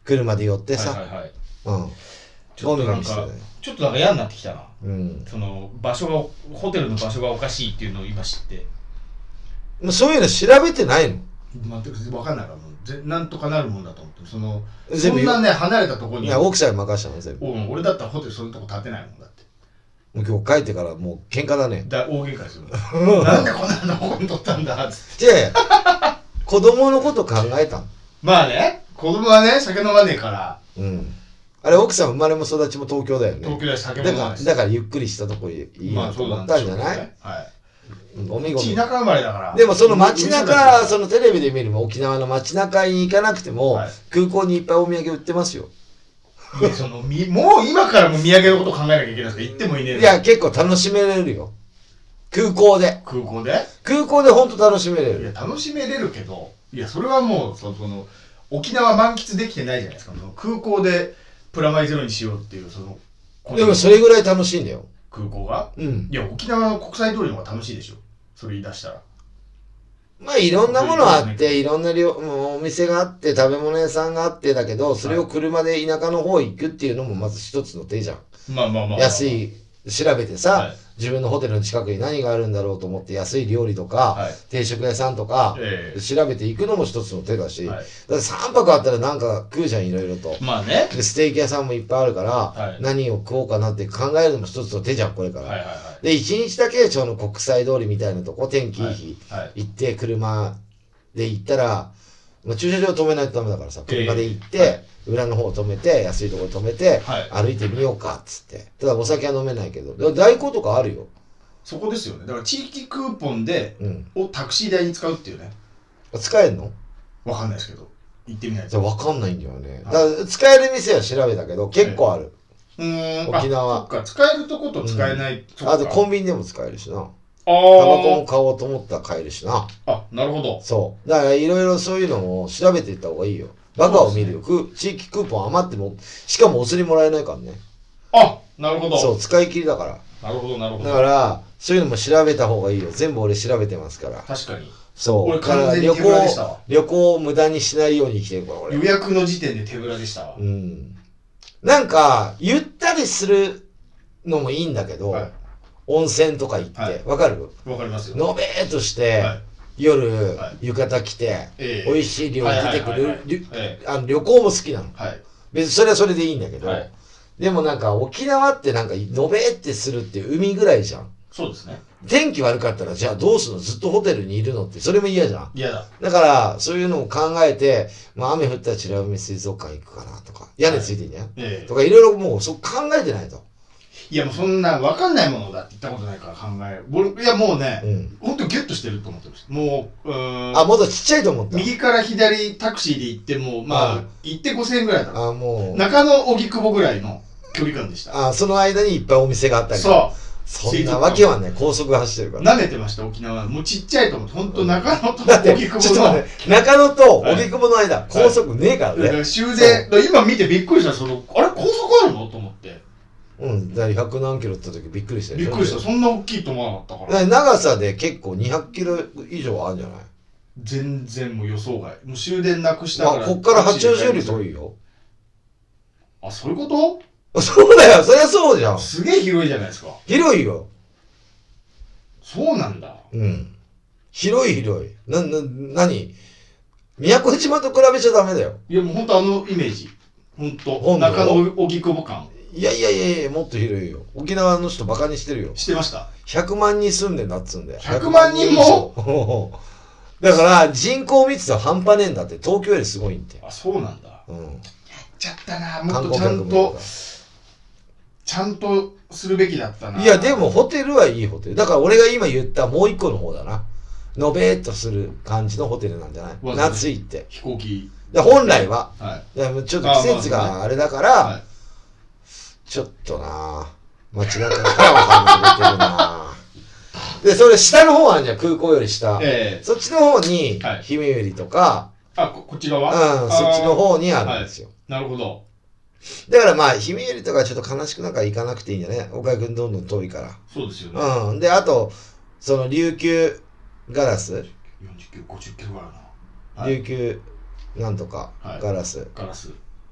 車で寄ってさ、 はいはいはい、 うん、 ちょっとなんかちょっとなんか嫌になってきたな、 うん、 その場所がホテルの場所がおかしいっていうのを今知って、 もうそういうの調べてないの？ 全く分かんないからもうなんとかなるもんだと思ってそんなね離れたところに。 いや奥さんに任したの全部。 俺だったらホテルそんなとこ建てないもんだって。 もう今日帰ってからもう喧嘩だね。 大喧嘩するなんでこんなのここに取ったんだっつって。 で子供のこと考えたの？ まあね、子供はね酒飲まねえから。 うん。あれ奥さん生まれも育ちも東京だよね。 東京で酒も飲まないし。 だからゆっくりしたとこいいなと思ったんじゃない？ はい。 お見事。 田舎生まれだから。 でもその街中、そのテレビで見るも沖縄の街中に行かなくても、はい、空港にいっぱいお土産売ってますよ。 いやもう今からも土産のこと考えなきゃいけないですから行ってもいいね。 いや結構楽しめれるよ。空港でほんと楽しめれる。 いや楽しめれるけど、いやそれはもうその沖縄満喫できてないじゃないですか。空港でプラマイゼロにしようっていうでもそれぐらい楽しいんだよ。 空港が。 うん。 いや沖縄の国際通りの方が楽しいでしょ。それ言い出したら。 まあいろんなものあって、いろんなお店があって、食べ物屋さんがあってだけど、それを車で田舎の方行くっていうのもまず一つの手じゃん。 まあ。 安い、調べてさ、はい、自分のホテルの近くに何があるんだろうと思って安い料理とか、はい、定食屋さんとか、調べていくのも一つの手だし、はい、だって3泊あったらなんか食うじゃん、いろいろと。 まあね。 で、ステーキ屋さんもいっぱいあるから、はい、何を食おうかなって考えるのも一つの手じゃん、これから。で、1日だけその国際通りみたいなとこ、天気いい日、行って、車で行ったら、まあ、駐車場止めないとダメだからさ、車で行って、裏の方止めて、安いところ止めて、歩いてみようかっつって。ただお酒は飲めないけど、代行とかあるよ。 そこですよね。だから地域クーポンで、をタクシー代に使うっていうね。 使えんの？ わかんないですけど、行ってみないと。 わかんないんだよね。だから使える店は調べたけど、結構ある。沖縄。 そっか、使えるとこと使えない。 あとコンビニでも使えるしな。タバコも買おうと思ったら買えるしな。 あ、なるほど。 そう。だからいろいろそういうのを調べていった方がいいよ。バカを見るよ。地域クーポン余っても、しかもお釣りもらえないからね。 あ、なるほど。 そう、使い切りだから。 なるほど。 だから、そういうのも調べた方がいいよ。全部俺調べてますから。 確かに。 そう。 俺完全に手ぶらでしたわ。 旅行を無駄にしないように生きてるから、俺。 予約の時点で手ぶらでしたわ。 なんか、ゆったりするのもいいんだけど、温泉とか行って、わかる？ わかりますよ。 のべーっとして、夜、浴衣着て、美味しい料理出てくる、旅行も好きなの。別にそれはそれでいいんだけど、でもなんか沖縄ってなんかのべーってするって海ぐらいじゃん。 そうですね。 天気悪かったらじゃあどうするの？ずっとホテルにいるのって、それも嫌じゃん。 嫌だ。 だから、そういうのを考えて、まあ雨降ったら美ら海水族館行くかなとか、屋根ついてんじゃん、とかいろいろもうそう考えてないと。 いやもうそんな分かんないものだって言ったことないから考える。いやもうね、ほんとギュッとしてると思ってました。もう、 もっとちっちゃいと思った。 右から左タクシーで行っても、まあ、行って5000円ぐらいだろ。 もう。 中野荻窪ぐらいの距離感でした。 その間にいっぱいお店があったり。 そう。 そんなわけはね、高速走ってるから。 舐めてました、沖縄。もうちっちゃいと思って、ほんと中野と荻窪の。 中野と荻窪の間、高速ねえからね。 だから終電、今見てびっくりした、あれ高速あるのと思って。 だから100何キロって言った時びっくりしたよ。 びっくりした。そんな大きいと思わなかったから。 長さで結構200キロ以上あるんじゃない？ 全然もう予想外。もう終電なくしたから。 こっから八王子より遠いよ。 あ、そういうこと？ そうだよ、そりゃそうじゃん。 すげえ広いじゃないですか。 広いよ。 そうなんだ。 広い。何？宮古島と比べちゃダメだよ。 いやもうほんとイメージ。ほんと。中野荻窪間。 いや、もっと広いよ。沖縄の人バカにしてるよ。 してました。 100万人住んでんだっつうんだよ。 100万人もだから人口密度半端ねえんだって。東京よりすごいんって。 あ、そうなんだ。やっちゃったな。もっとちゃんとするべきだったな。 いや、でもホテルはいいホテル。だから俺が今言ったもう一個の方だな。のべーっとする感じのホテルなんじゃない？夏行って。 飛行機。 本来は。ちょっと季節があれだから、ちょっとな街中からは離れてるなで、それ下の方あるじゃん、空港より下。そっちの方に、ひめゆりとか、 こっち側？ そっちの方にあるんですよ。 なるほど。 だからまあ、ひめゆりとかちょっと悲しくなんか行かなくていいんじゃね。岡井くんどんどん遠いから。 そうですよね。 で、あと、その琉球ガラス。 40キロ、50キロぐらいな。 琉球なんとかガラス。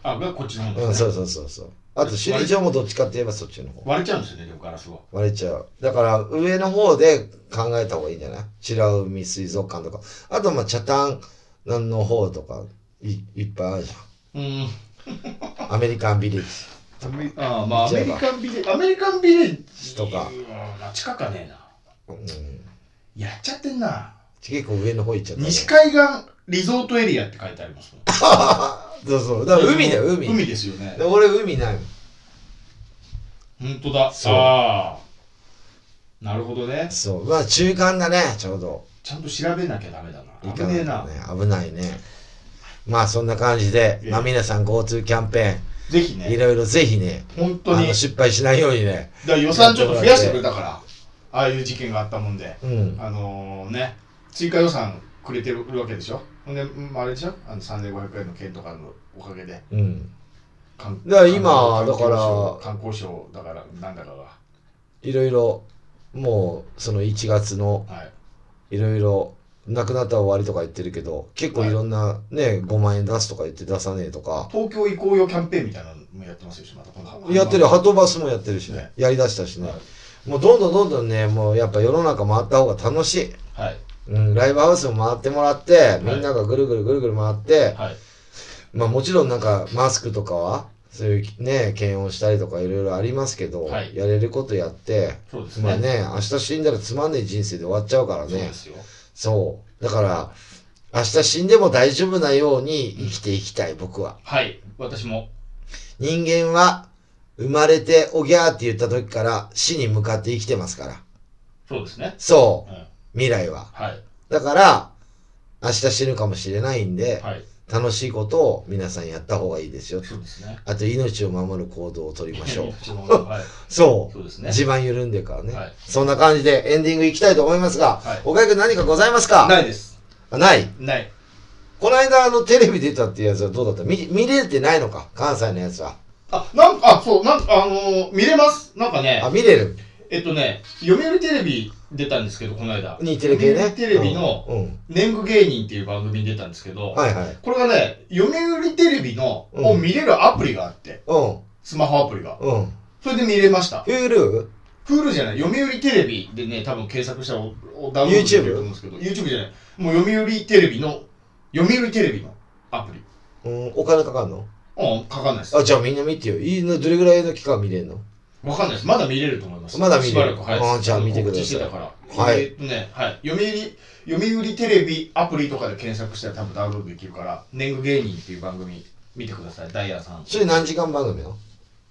あ、がこっちの方ですね。 うん、そうそうそうそう。あと首里城もどっちかって言えばそっちの方。 割れちゃうんですよね、でもガラスは。 割れちゃう。だから上の方で考えた方がいいんじゃない？美ら海水族館とか。あとまあ北谷の方とかいっぱいあるじうん。 ゃん。アメリカンビレッジ。 ああ、まあアメリカンビレッジとか。 近かねえな。 うん。 やっちゃってんな。 結構上の方行っちゃった、ね。 西海岸リゾートエリアって書いてありますもん。 そうそう。だから海だよ、海。 海ですよね。 俺海ないもん。 ほんとだ。 そう。 ああ。なるほどね。 そう。まあ中間だね、ちょうど。 ちゃんと調べなきゃダメだな。危ねえな。 危ないね。まあそんな感じで、まあ皆さん GoTo キャンペーン。 ぜひね。 いろいろぜひね。 本当に。 失敗しないようにね。 だから予算ちょっと増やしてくれたから。ああいう事件があったもんで。 うん。 ね。追加予算くれてるわけでしょ。ほんで、あれでしょ3500円の件とかのおかげで。 うん。だから今、だから、 観光省だから、なんだかが。 いろいろ、もう、その1月の、いろいろ、なくなったら終わりとか言ってるけど、結構いろんなね、5万円出すとか言って出さねえとか。 東京移行用キャンペーンみたいなのもやってますよし、また今度。 やってる、ハトバスもやってるしね。やりだしたしね。もうどんどんね、もうやっぱ世の中回った方が楽しい。 はい。 うん、ライブハウスも回ってもらって、みんながぐるぐる回って、 はい。 まあもちろんなんかマスクとかは、そういうね、検温したりとかいろいろありますけど、 はい、 やれることやって、 そうですね。 まあね、明日死んだらつまんねえ人生で終わっちゃうからね。 そうですよ。 そう。だから、明日死んでも大丈夫なように生きていきたい、僕は。 はい、私も。 人間は、生まれておぎゃーって言った時から死に向かって生きてますから。 そうですね。 そう。 うん、 未来は。 はい。 だから、明日死ぬかもしれないんで、 はい、 楽しいことを皆さんやった方がいいですよ。 そうですね。 あと、命を守る行動を取りましょう。 はい、 そう。 そうですね。 地盤緩んでるからね、 はい。 そんな感じでエンディングいきたいと思いますが、 はい、 岡井くん何かございますか？ ないです。 ない？ ない。 この間テレビ出たっていうやつはどうだった？見れてないのか？関西のやつは。 そう、見れます。なんかね。 あ、見れる。 読売テレビ出たんですけど、この間。 日テレ系ね。 読売テレビの、年貢芸人っていう番組に出たんですけど、 はいはい。 これがね、読売テレビの、を見れるアプリがあって、スマホアプリが。それで見れました。 Hulu じゃない、読売テレビでね、多分検索したらダウンロードできると思うんですけど、YouTube じゃない、もう読売テレビのアプリ。 お金かかんの？ かかんないです。 あ、じゃあみんな見てよ。どれぐらいの期間見れるの？ わかんないです。まだ見れると思います。 まだ見れる。 しばらく、はい。 じゃあ見てください。 してたから。 はい。 はい。読売テレビアプリとかで検索したら多分ダウンロードできるから、年貢芸人っていう番組見てください。ダイヤさん。 それ何時間番組の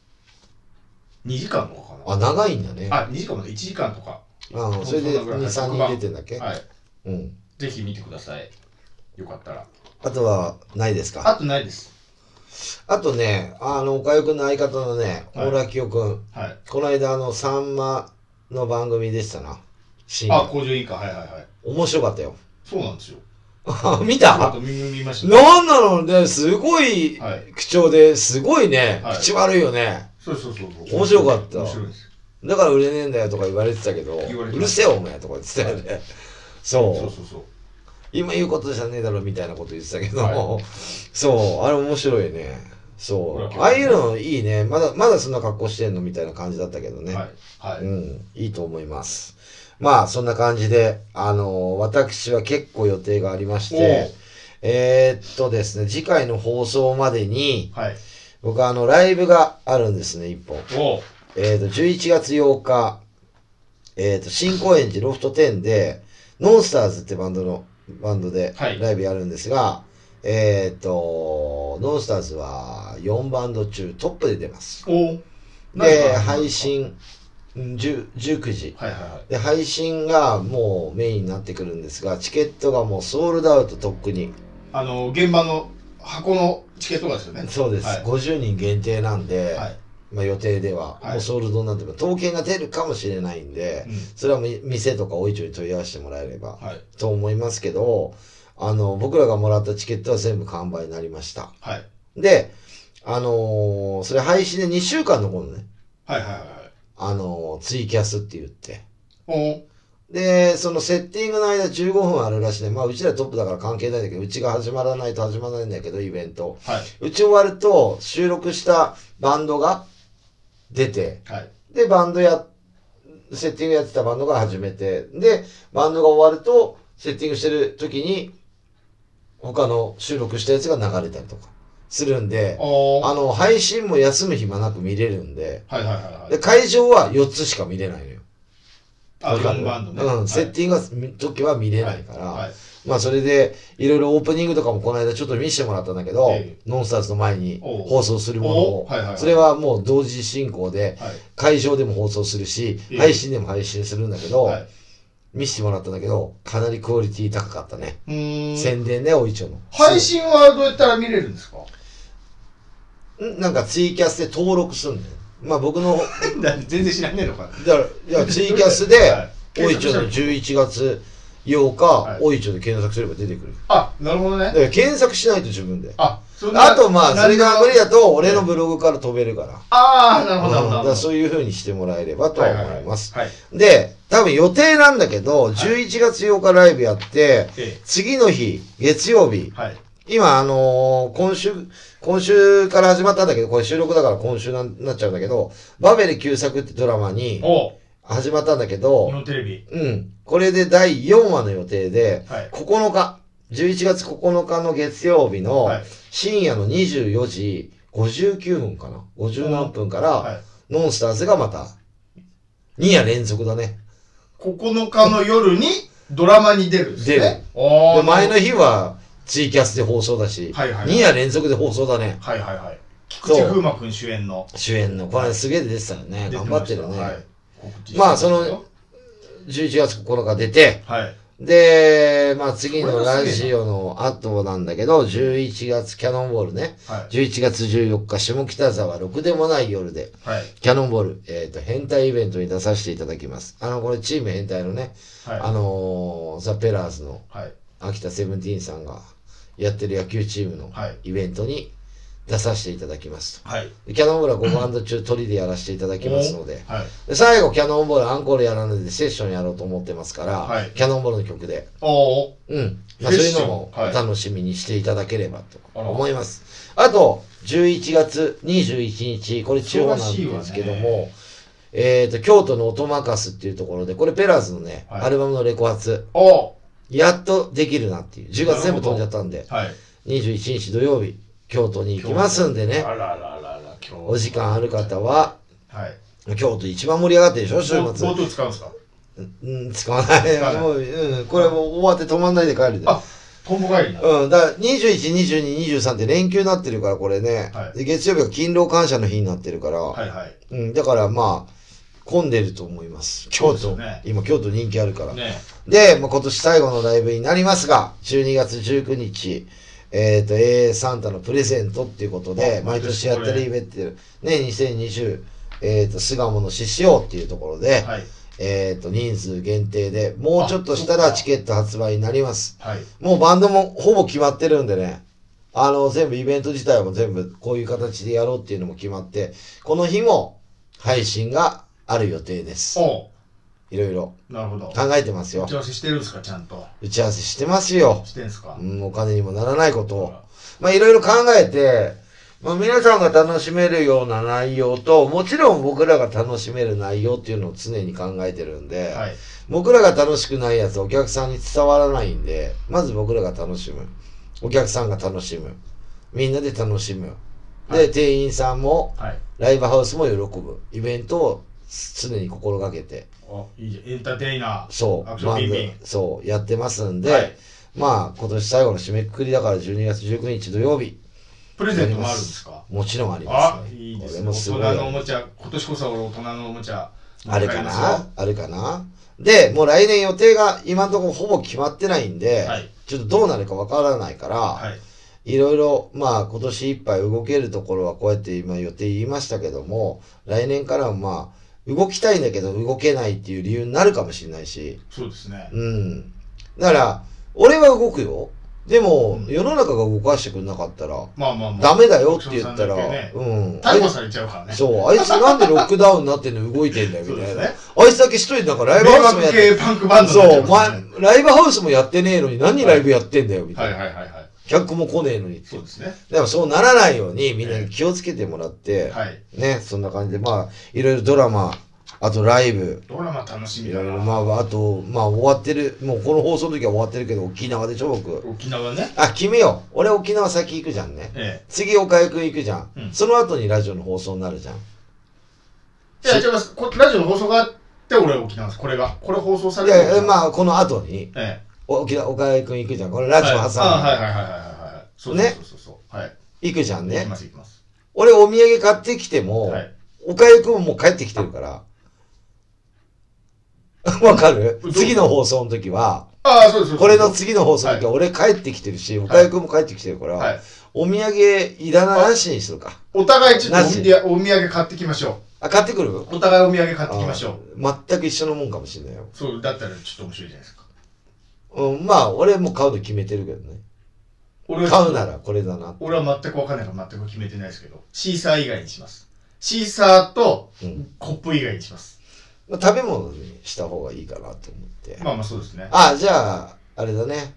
？2時間とかかな。 あ、長いんだね。 2時間まで1時間とか。 それで2、3人出てんだっけ？ はい。ぜひ見てください。よかったら。 あとはないですか？ あとないです。 あとね、岡井くんの相方のね、大良清くん。はい。この間さんまの番組でしたな。 向上委員会。はい。 面白かったよ。 そうなんですよ。 見た？ 見ました。 なんなのね、すごい口調で、すごいね、口悪いよね。 そう。 面白かった。 面白いです。 だから売れねえんだよとか言われてたけど、うるせえお前とか言ってたよね。そう。今言うことじゃねえだろみたいなこと言ってたけど、そう、あれ面白いね。そう。ああいうのいいね。まだそんな格好してんのみたいな感じだったけどね。いいと思います。まあ、そんな感じで、私は結構予定がありまして、ですね、次回の放送までに、僕ライブがあるんですね、一本。11月8日、新高円寺ロフト10で、ノンスターズってバンドでライブやるんですが、ノンスターズは4バンド中トップで出ます。で、配信、19時。で、配信がもうメインになってくるんですが、チケットがもうソールドアウトとっくに。 現場の箱のチケットがですよね。 そうです。50人限定なんで、まあ予定では、もうソールドになっても、統計が出るかもしれないんで、それは店とかおいちょに問い合わせてもらえれば、と思いますけど、僕らがもらったチケットは全部完売になりました。で、それ配信で2週間残るのね。ツイキャスって言って。 で、そのセッティングの間15分あるらしいね。まあ、うちらトップだから関係ないんだけど、うちが始まらないと始まらないんだけど、イベント。 はい。 うち終わると、収録したバンドが出て、 はい。 で、セッティングやってたバンドが始めて、で、バンドが終わると、セッティングしてる時に、他の収録したやつが流れたりとかするんで、配信も休む暇なく見れるんで、 はいはいはいはい。 で、会場は4つしか見れないのよ。 4バンドね。 うん、セッティングの時は見れないから、 はい。 まあそれで、いろいろオープニングとかもこの間ちょっと見せてもらったんだけど、ノンスターズの前に放送するものを、それはもう同時進行で、会場でも放送するし、配信でも配信するんだけど、見せてもらったんだけど、かなりクオリティ高かったね。宣伝ね、おいちょの。 配信はどうやったら見れるんですか？ なんかツイキャスで登録すんだよ。まあ僕の全然知らねえのか。 だからいやツイキャスでおいちょの11月8日おいちょで検索すれば出てくる。 あ、なるほどね。 だから検索しないと自分で。 あとまあそれが無理だと俺のブログから飛べるから。 ああ、なるほどなるほど。 だからそういう風にしてもらえればと思います。で、多分予定なんだけど11月8日ライブやって次の日月曜日。今今週から始まったんだけど、これ収録だから今週になっちゃうんだけど、バベル旧作ってドラマに始まったんだけど、 日本テレビ。 うん。これで第4話の予定で、9日、11月9日の月曜日の深夜の24時59分かな ?50 何分から、ノンスターズがまた、2夜連続だね。 9日の夜にドラマに出るんですね。 出る。で、前の日は、ツイキャスで放送だし、2夜連続で放送だね。 はいはいはい。菊池風磨くん主演の。 これすげえ出てたよね。頑張ってるね。まあ、その、11月9日出て、で、まあ次のラジオの後なんだけど、11月キャノンボールね。11月14日、下北沢ろくでもない夜で、キャノンボール、変態イベントに出させていただきます。これチーム変態のね、ザ・ペラーズの、秋田セブンティーンさんがやってる野球チームのイベントに出させていただきますと。キャノンボールは5バンド中鳥でやらせていただきますので、で最後キャノンボールアンコールやらないでセッションやろうと思ってますから、キャノンボールの曲で、まあ、そういうのもお楽しみにしていただければと思います。あと、11月21日、これ地方なんですけども、京都のオトマカスっていうところで、これペラーズのね、アルバムのレコ発。やっとできるなっていう。10月全部飛んじゃったんで、21日土曜日、京都に行きますんでね。お時間ある方は、京都一番盛り上がってるでしょ、週末。 ボート使うんですか？ 使わない。もう、これもう終わって止まんないで帰るで。 トンボ帰りだから21、22、23って連休になってるから、これね。で月曜日は勤労感謝の日になってるから。だからまあ、混んでると思います。京都。今、京都人気あるから。で、まあ、今年最後のライブになりますが、12月19日、AA サンタのプレゼントっていうことで、毎年やってるイベント、ね、2020、巣鴨の獅子王っていうところで、人数限定で、もうちょっとしたらチケット発売になります。もうバンドもほぼ決まってるんでね、全部イベント自体も全部こういう形でやろうっていうのも決まって、この日も配信がある予定です。いろいろ考えてますよ。 打ち合わせしてるんですか、ちゃんと。 打ち合わせしてますよ。 してんすか。 お金にもならないことを。まあいろいろ考えて、まあ皆さんが楽しめるような内容と、もちろん僕らが楽しめる内容っていうのを常に考えてるんで、僕らが楽しくないやつはお客さんに伝わらないんで、まず僕らが楽しむ。お客さんが楽しむ。みんなで楽しむ。で、店員さんも、ライブハウスも喜ぶ。イベントを常に心がけて。 いいじゃん。エンターテイナー。 そう。 アクションビンビン。 そう。やってますんで、まあ、今年最後の締めくくりだから12月19日土曜日。 プレゼントもあるんですか？ もちろんあります、 ね。いいですね。大人のおもちゃ、今年こそ俺大人のおもちゃ。 あるかな？あるかな？で、もう来年予定が今のところほぼ決まってないんで、ちょっとどうなるかわからないから、いろいろ、まあ今年いっぱい動けるところはこうやって今予定言いましたけども、来年からはまあ、動きたいんだけど動けないっていう理由になるかもしれないし。 そうですね。 だから、俺は動くよ。 でも、世の中が動かしてくれなかったら、 まあダメだよって言ったら、 逮捕されちゃうからね。 そう、あいつなんでロックダウンになってんの動いてんだよみたいな。 ね、 あいつだけ一人なんかライブハウスもやって、 迷惑系パンクバンドそう、ライブハウスもやってねえのに何ライブやってんだよみたいな。客も来ねえのにって。 そうですね。 でもそうならないようにみんなに気をつけてもらって、ね、そんな感じで、まあ、いろいろドラマ、あとライブ。 ドラマ楽しみだな。 まあ、あと、まあ終わってる、もうこの放送の時は終わってるけど、沖縄でしょ、僕。 沖縄ね。 あ、決めよう。俺沖縄先行くじゃんね。次岡井くん行くじゃん。その後にラジオの放送になるじゃん。 いや、違います。ラジオの放送があって、俺沖縄です。これ放送される。 いや、まあ、この後に、岡井くん行くじゃん。これラジオ挟んで。 はい。そうそうそう。はい。 行くじゃんね。 行きます。 俺お土産買ってきても、岡井くんももう帰ってきてるから。わかる？次の放送の時は、これの次の放送の時は俺帰ってきてるし、岡井くんも帰ってきてるから、お土産いらなしにするか。 お互いちょっとお土産買ってきましょう。 あ、買ってくる？ お互いお土産買ってきましょう。 全く一緒のもんかもしれないよ。 そう、だったらちょっと面白いじゃないですか。 まあ、俺も買うの決めてるけどね。買うならこれだな。 俺は全く分かんないから全く決めてないですけど、シーサー以外にします。シーサーとコップ以外にします。 食べ物にした方がいいかなと思って。 まあそうですね。 じゃあ、あれだね。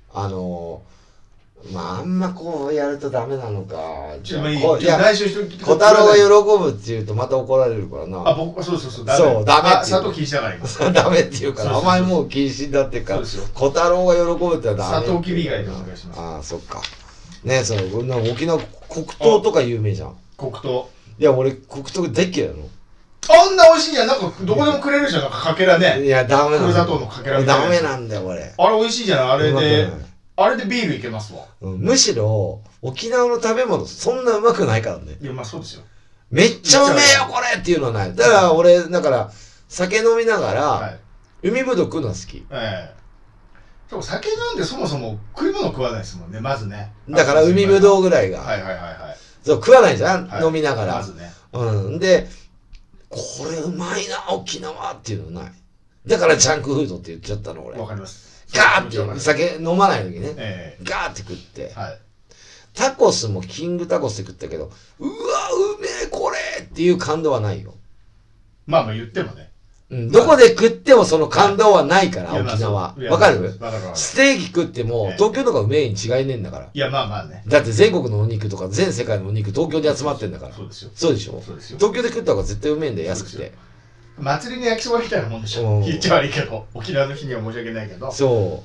まあ、あんまこうやるとダメなのか。 いや、内緒しとき小太郎が喜ぶって言うとまた怒られるからな。 僕はそう。 そう、ダメって。 砂糖禁止だから今。 ダメって言うから、お前もう禁止だっていうから、小太郎が喜ぶってダメ。 砂糖きび以外でお願いします。 そっか。ね、沖縄黒糖とか有名じゃん。 黒糖。 いや、俺黒糖大っ嫌いなの。 あんな美味しいじゃん。なんかどこでもくれるじゃん。なんかかけらね。 いや、ダメなんだ。 黒砂糖のかけらみたいな。 ダメなんだよ、俺。 あれ美味しいじゃん。あれでビールいけますわ。 むしろ、沖縄の食べ物そんなうまくないからね。 いや、まあそうですよ。 めっちゃうめえよ、これっていうのはない。だから俺、酒飲みながら、海ぶどう食うのは好き。 酒飲んでそもそも食い物食わないですもんね、まずね。 だから海ぶどうぐらいが。そう、食わないじゃん、飲みながら。 まずね。 で、これうまいな、沖縄っていうのない。だからジャンクフードって言っちゃったの、俺。 わかります。 ガーって、酒飲まない時ね。ガーって食って。タコスもキングタコスで食ったけど、うわ、うめえ、これっていう感動はないよ。 まあ言ってもね。 どこで食ってもその感動はないから、沖縄。わかる？ステーキ食っても、東京の方がうめえに違いねえんだから。 いや、まあね。 だって全国のお肉とか全世界のお肉東京で集まってんだから。 そうですよ。 そうでしょ？東京で食った方が絶対うめえんだよ、安くて。 祭りの焼きそばみたいなもんでしょ。言っちゃ悪いけど、沖縄の日には申し訳ないけど。 そう。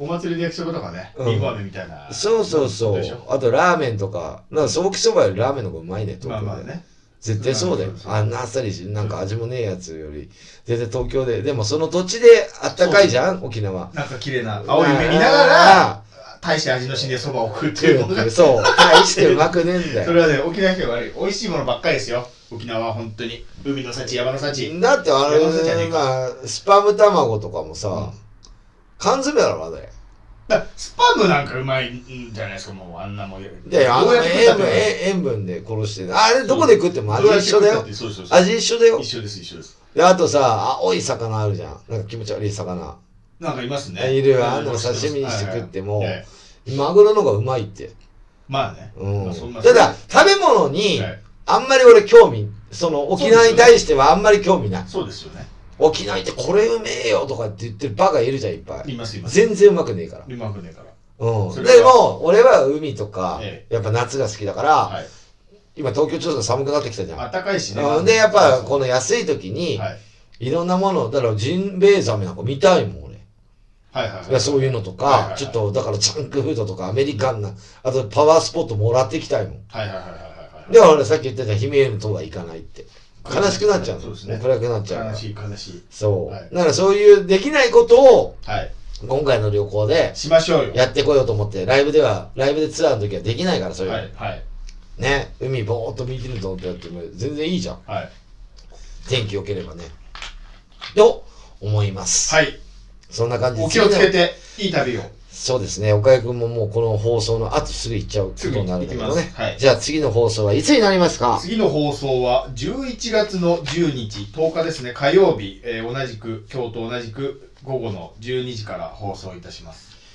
お祭りの焼きそばとかね、りんご飴みたいな。 そう。あとラーメンとか、ソーキそばよりラーメンの方がうまいね、東京で。ね。絶対そうだよ。あんなあっさりし、なんか味もねえやつより、全然東京で。でもその土地であったかいじゃん、沖縄。 なんか綺麗な青い目見ながら、大して味のしねえそばを食うっていうのが。 そう。大してうまくねえんだよ。 それはね、沖縄県は悪い。美味しいものばっかりですよ。沖縄は本当に。海の幸、山の幸。 だってあれ、スパム卵とかもさ、缶詰だろ、まだよ。 スパムなんかうまいんじゃないですか、もうあんなもん。 で、塩分で殺してる。あれどこで食っても味一緒だよ。味一緒だよ。 一緒です。 で、あとさ、青い魚あるじゃん。なんか気持ち悪い魚。 なんかいますね。 いる。あんなの刺身にして食っても、マグロの方がうまいって。 まあね。 ただ、食べ物に、あんまり俺興味、沖縄に対してはあんまり興味ない。 そうですよね。 沖縄ってこれうめえよとかって言ってるバカいるじゃん、いっぱい。 います。 全然うまくねえから。 うまくねえから。 でも、俺は海とか、やっぱ夏が好きだから、今東京ちょっと寒くなってきたじゃん。 暖かいしね。 で、やっぱこの安い時に、いろんなもの、だからジンベエザメなんか見たいもん、俺。そういうのとか、ちょっと、だからジャンクフードとかアメリカンな、あとパワースポットもらってきたいもん。で、俺さっき言ってた姫への塔は行かないって。悲しくなっちゃう。 そうですね。 暗くなっちゃう。 悲しい。 そう。だからそういうできないことを、今回の旅行で、 しましょうよ。 やってこようと思って、ライブでツアーの時はできないから、そういうの。ね、海ぼーっと見てると思ってやっても全然いいじゃん。天気良ければね。と思います。そんな感じで。 お気をつけて、いい旅を。 そうですね。岡井くんももうこの放送の後すぐ行っちゃうことになるんだけどね。じゃあ次の放送はいつになりますか？ 次の放送は11月の10日、10日ですね、火曜日、同じく、今日と同じく午後の12時から放送いたします。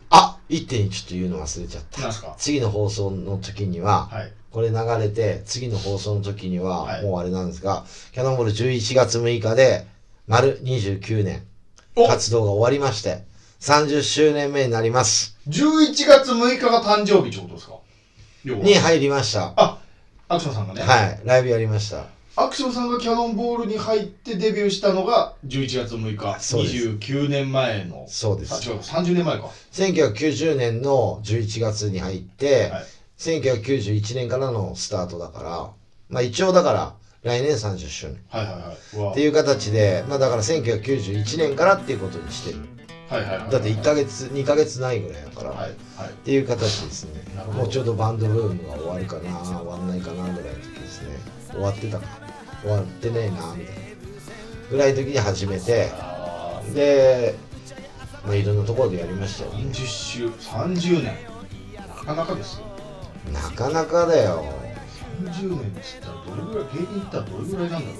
1.1 ちょっと言うの忘れちゃった。 なんすか？ 次の放送の時には、 はい、 これ流れて、次の放送の時には、 はい、 もうあれなんですが、キャノンボール11月6日で、丸29年、活動が終わりまして、30周年目になります。 11月6日が誕生日ってことですか？ に入りました。 アクションさんがね。 はい、ライブやりました。 アクションさんがキャノンボールに入ってデビューしたのが11月6日。 そうです。 29年前の。 そうです。 違う、30年前か。 1990年の11月に入って、はい、1991年からのスタートだから、まあ一応だから、来年30周年。 はいはいはい。 っていう形で、まあだから1991年からっていうことにしてる。 はいはいはい。 だって1ヶ月、2ヶ月ないぐらいだから。はいはい。っていう形ですね。もうちょうどバンドブームが終わるかな、終わんないかなぐらいの時ですね。終わってたか。終わってねえな、みたいな。ぐらいの時に始めて、で、まあいろんなところでやりましたよ。 30周、30年。なかなかですよ。 なかなかだよ。 30年っつったらどれぐらい、芸人いったらどれぐらいなんだろう。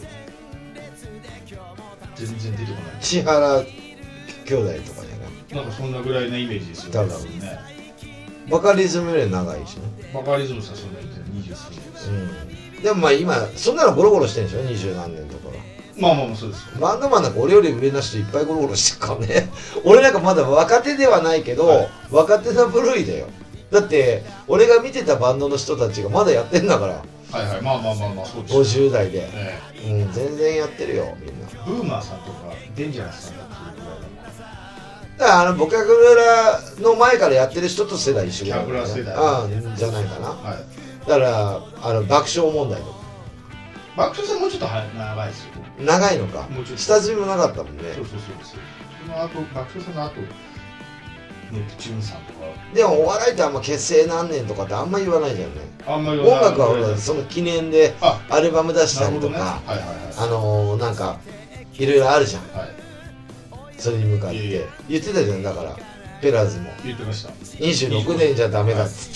全然出てこない。 千原兄弟とかじゃない。 なんかそんなぐらいのイメージですよね。多分ね。 バカリズムより長いしね。 バカリズムさ、そんな言って20数年です。 でもまあ今、そんなのゴロゴロしてるんでしょ、20何年とか。 まあまあまあそうです。 バンドマンなんか俺より上の人いっぱいゴロゴロしてるからね。俺なんかまだ若手ではないけど、はい、若手の部類だよ。だって、俺が見てたバンドの人たちがまだやってんだから。 はいはい、まあまあまあまあ、そうです。 50代で。全然やってるよ、みんな。 ブーマーさんとか、デンジャラスさんだっていうぐらいだから、ボキャブラの前からやってる人と世代一緒ぐらい、 キャブラ世代。 じゃないかな。 はい。 だから、爆笑問題とか。 爆笑さんもうちょっと長いですよ。 長いのか。下積みもなかったもんね。 そうそうそうです。その後、爆笑さんの後、ネプチューンさんとか。 でもお笑いってあんま結成何年とかってあんま言わないじゃんね。 あんま言わない。 音楽はその記念でアルバム出したりとか、なんかいろいろあるじゃん。はい、それに向かって言ってたじゃん。だからペラーズも言ってました。 26年じゃダメだっつって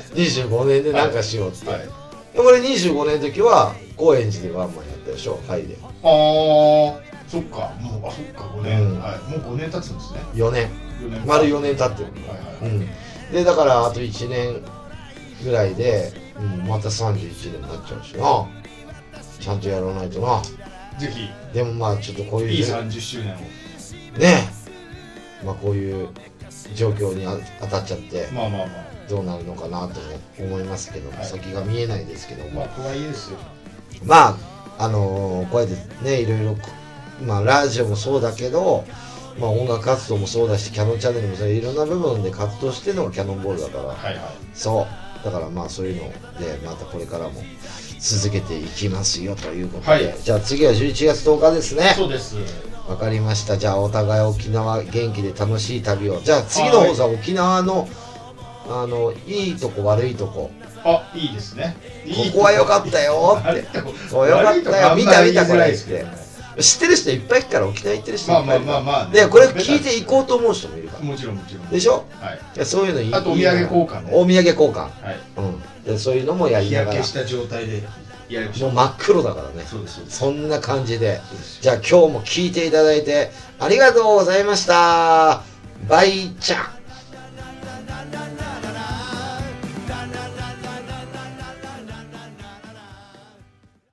、25年でなんかしようって。俺25年の時は高円寺でワンマンやったでしょ、ハイで。 ああ、そっか、もうそっか5年、はい、もう5年経つんですね。 4年。丸4年経ってる。でだからあと1年ぐらいで、また31年になっちゃうしな。ちゃんとやらないとな。 ぜひ。 でもまあちょっとこういういい30周年をねえ、まあこういう状況に当たっちゃってどうなるのかなと思いますけど、先が見えないですけども、 とはいえですよ。 まあこうやってね、いろいろまあラジオもそうだけど、まあ音楽活動もそうだし、キャノンチャンネルもそう、いろんな部分で活動してるのがキャノンボールだから、そうだからまあそういうのでまたこれからも続けていきますよということで、じゃあ次は11月10日ですね。 そうです。 わかりました。じゃあお互い沖縄元気で楽しい旅を。じゃあ次の放送は沖縄のいいとこ悪いとこ。 いいですね。 ここは良かったよって。ここは良かったよ。見たこれって。知ってる人いっぱいいるから、沖縄行ってる人いっぱいいるから。でこれ聞いていこうと思う人もいるから。 もちろんもちろん。 でしょ。はい。そういうのいい。 あとお土産交換ね。 お土産交換。はい。でそういうのもやりながら。 日焼けした状態で。 もう真っ黒だからね。そんな感じで。じゃあ今日も聞いていただいてありがとうございました。バイチャ。